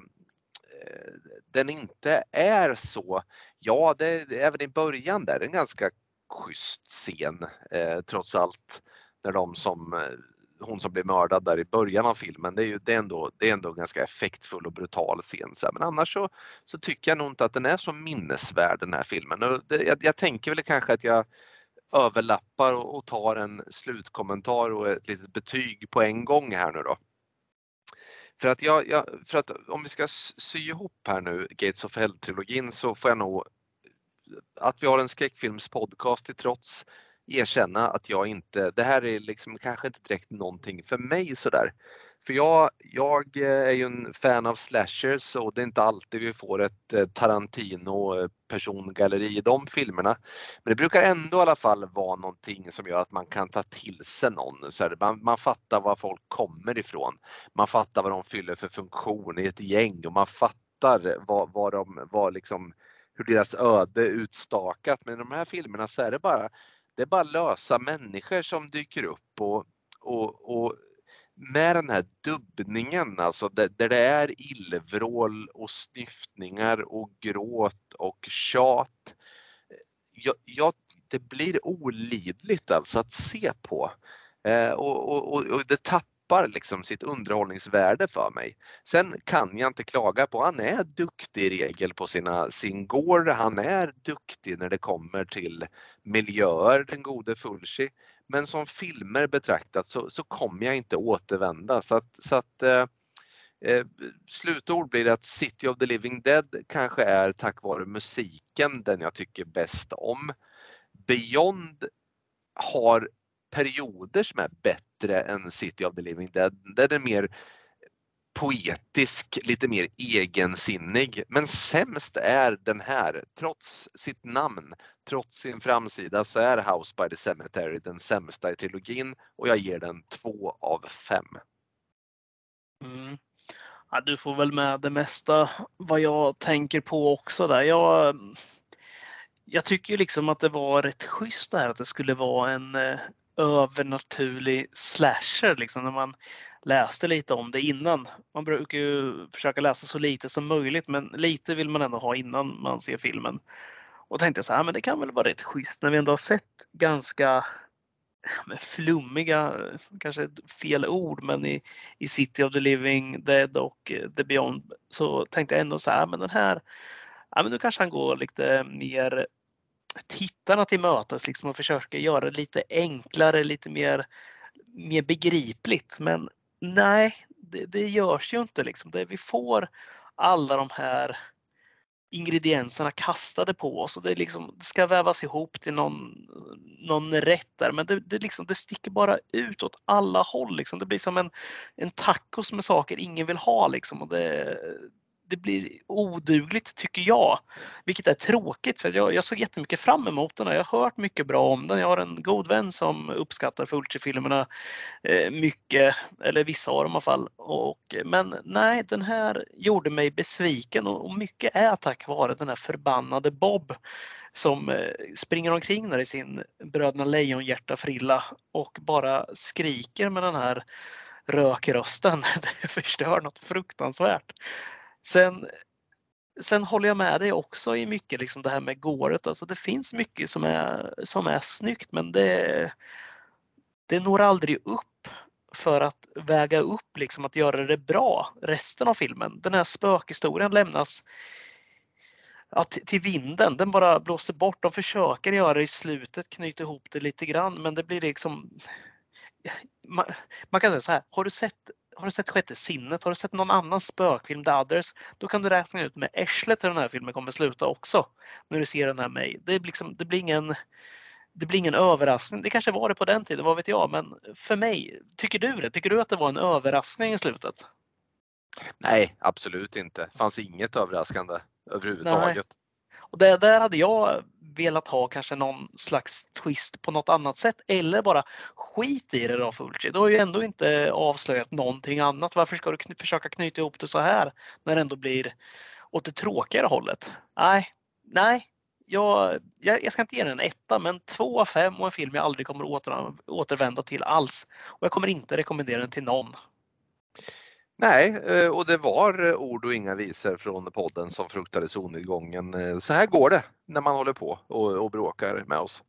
den inte är så, ja det, även i början där, en ganska schysst scen eh, trots allt, när de som, eh, hon som blir mördad där i början av filmen, det är ju det är ändå, det är ändå en ganska effektfull och brutal scen. Så här. Men annars så, så tycker jag nog inte att den är så minnesvärd, den här filmen. Och det, jag, jag tänker väl kanske att jag överlappar och, och tar en slutkommentar och ett litet betyg på en gång här nu då. För att, jag, jag, för att om vi ska sy ihop här nu Gates of Hell-trilogin, så får jag nog, att vi har en skräckfilmspodcast till trots, erkänna att jag inte, det här är liksom kanske inte direkt någonting för mig sådär. För jag, jag är ju en fan av slashers och det är inte alltid vi får ett Tarantino-persongalleri i de filmerna. Men det brukar ändå i alla fall vara någonting som gör att man kan ta till sig någon. Så här, man, man fattar var folk kommer ifrån. Man fattar vad de fyller för funktion i ett gäng och man fattar vad, vad de, vad liksom, hur deras öde är utstakat. Men i de här filmerna så är det bara, det är bara lösa människor som dyker upp och, och, och med den här dubbningen, alltså där, där det är illvrål och snyftningar och gråt och tjat. Jag, jag, det blir olidligt alltså att se på eh, och, och, och det tappar liksom sitt underhållningsvärde för mig. Sen kan jag inte klaga på, han är duktig i regel på sina, sin gore, han är duktig när det kommer till miljöer, den gode Fulci. Men som filmer betraktat så, så kommer jag inte återvända. Så att, så att eh, eh, slutord blir att City of the Living Dead kanske är tack vare musiken den jag tycker bäst om. Beyond har perioder som är bättre än City of the Living Dead. Den är mer poetisk, lite mer egensinnig, men sämst är den här. Trots sitt namn, trots sin framsida, så är House by the Cemetery den sämsta i trilogin och jag ger den två av fem. Mm. Ja, du får väl med det mesta vad jag tänker på också där. Jag, jag tycker ju liksom att det var rätt schysst där att det skulle vara en eh, övernaturlig slasher liksom, när man läste lite om det innan. Man brukar ju försöka läsa så lite som möjligt, men lite vill man ändå ha innan man ser filmen. Och tänkte så här, men det kan väl vara rätt schysst när vi ändå har sett ganska flummiga, kanske fel ord, men i, i City of the Living Dead och The Beyond så tänkte jag ändå så här, men den här, ja men nu kanske han går lite mer tittarna till mötes liksom och försöker göra det lite enklare, lite mer mer begripligt. Men nej, det, det görs ju inte liksom. Det, vi får alla de här ingredienserna kastade på oss och det, liksom, det ska vävas ihop till någon, någon rätt där, men det, det, liksom, det sticker bara ut åt alla håll. Liksom. Det blir som en, en tacos med saker ingen vill ha. Liksom. Och det, det blir odugligt tycker jag, vilket är tråkigt för jag, jag såg jättemycket fram emot den. Jag har hört mycket bra om den. Jag har en god vän som uppskattar Fulci-filmerna eh, mycket, eller vissa av dem i alla fall. Och, men nej, den här gjorde mig besviken och, och mycket är tack vare den här förbannade Bob som eh, springer omkring där i sin Bröderna Lejonhjärta-frilla och bara skriker med den här rökrösten. Det förstör något fruktansvärt. Sen, sen håller jag med dig också i mycket liksom det här med gåret. Alltså det finns mycket som är, som är snyggt men det, det når aldrig upp för att väga upp liksom att göra det bra resten av filmen. Den här spökhistorien lämnas ja, till, till vinden. Den bara blåser bort. De försöker göra det i slutet, knyta ihop det lite grann men det blir liksom... Man, man kan säga så här, har du sett Har du sett Sjätte sinnet? Har du sett någon annan spökfilm, The Others? Då kan du räkna ut med ärslet hur den här filmen kommer sluta också. När du ser den här mig. Det, är liksom, det, blir ingen, det blir ingen överraskning. Det kanske var det på den tiden, vad vet jag. Men för mig, tycker du det? Tycker du att det var en överraskning i slutet? Nej, absolut inte. Det fanns inget överraskande överhuvudtaget. Nej. Och där, där hade jag velat ha kanske någon slags twist på något annat sätt eller bara skit i det då Fulci. Du har ju ändå inte avslöjat någonting annat. Varför ska du kny- försöka knyta ihop det så här när det ändå blir åt det tråkigare hållet? Nej, nej. Jag, jag, jag ska inte ge den en etta men två av fem och en film jag aldrig kommer åter, återvända till alls. Och jag kommer inte rekommendera den till någon. Nej, och det var ord och inga visor från podden som fruktade solnedgången. Så här går det när man håller på och, och bråkar med oss.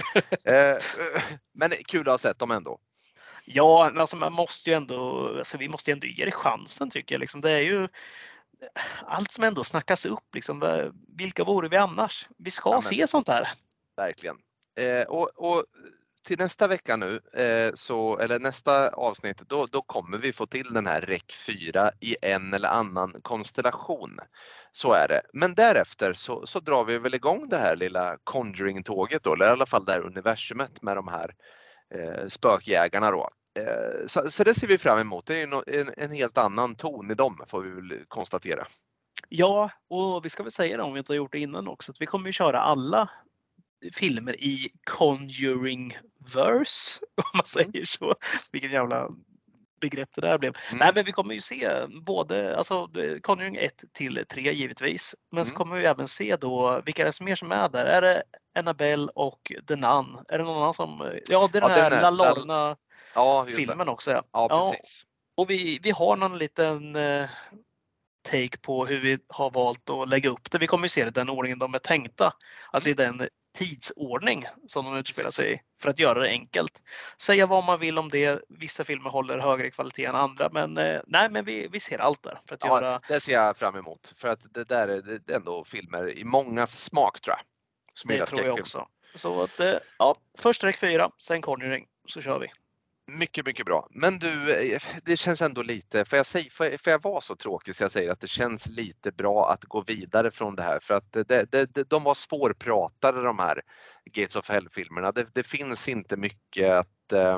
Men kul att ha sett dem ändå. Ja, alltså man måste ju ändå, alltså vi måste ju ändå ge det chansen tycker jag. Liksom, det är ju allt som ändå snackas upp. Liksom, vilka vore vi annars? Vi ska ja, men, se sånt här. Verkligen. Eh, och, och till nästa vecka nu, eh, så, eller nästa avsnitt, då, då kommer vi få till den här R E C fyra i en eller annan konstellation. Så är det. Men därefter så, så drar vi väl igång det här lilla Conjuring-tåget då, eller i alla fall det här universumet med de här eh, spökjägarna då. Eh, så, så det ser vi fram emot. Det är en, en, en helt annan ton i dem, får vi väl konstatera. Ja, och vi ska väl säga det om vi inte har gjort det innan också, att vi kommer ju köra alla filmer i Conjuring-verse, om man säger så. Vilket jävla begrepp det där blev. Mm. Nej, men vi kommer ju se både alltså, Conjuring ett till tre givetvis. Men mm. så kommer vi även se då vilka det är mer som är där. Är det Annabelle och The Nun? Är det någon annan som... Ja, det är den ja, här La Lorna-filmen ja, också. Ja, ja precis. Ja, och vi, vi har någon liten... Uh, take på hur vi har valt att lägga upp det. Vi kommer ju se det i den ordningen de är tänkta. Alltså i den tidsordning som de utspelar sig i. För att göra det enkelt. Säga vad man vill om det. Vissa filmer håller högre kvalitet än andra. Men eh, nej, men vi, vi ser allt där. För att ja, göra... det ser jag fram emot. För att det där är det ändå filmer i mångas smak tror jag. Som det tror jag också. Så att, ja, först R E C fyra, sen Conjuring. Så kör vi. Mycket, mycket bra. Men du, det känns ändå lite, får jag, säga, får jag, får jag vara så tråkig så jag säger att det känns lite bra att gå vidare från det här. För att det, det, det, de var svårpratade de här Gates of Hell-filmerna. Det, det finns inte mycket att... Eh,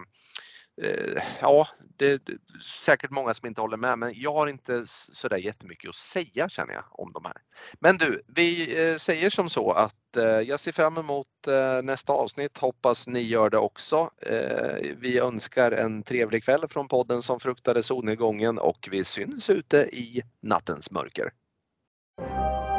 ja, det är säkert många som inte håller med, men jag har inte så där jättemycket att säga känner jag om de här. Men du, vi eh, säger som så att eh, jag ser fram emot eh, nästa avsnitt. Hoppas ni gör det också. Eh, vi önskar en trevlig kväll från podden som fruktade solnedgången och vi syns ute i nattens mörker.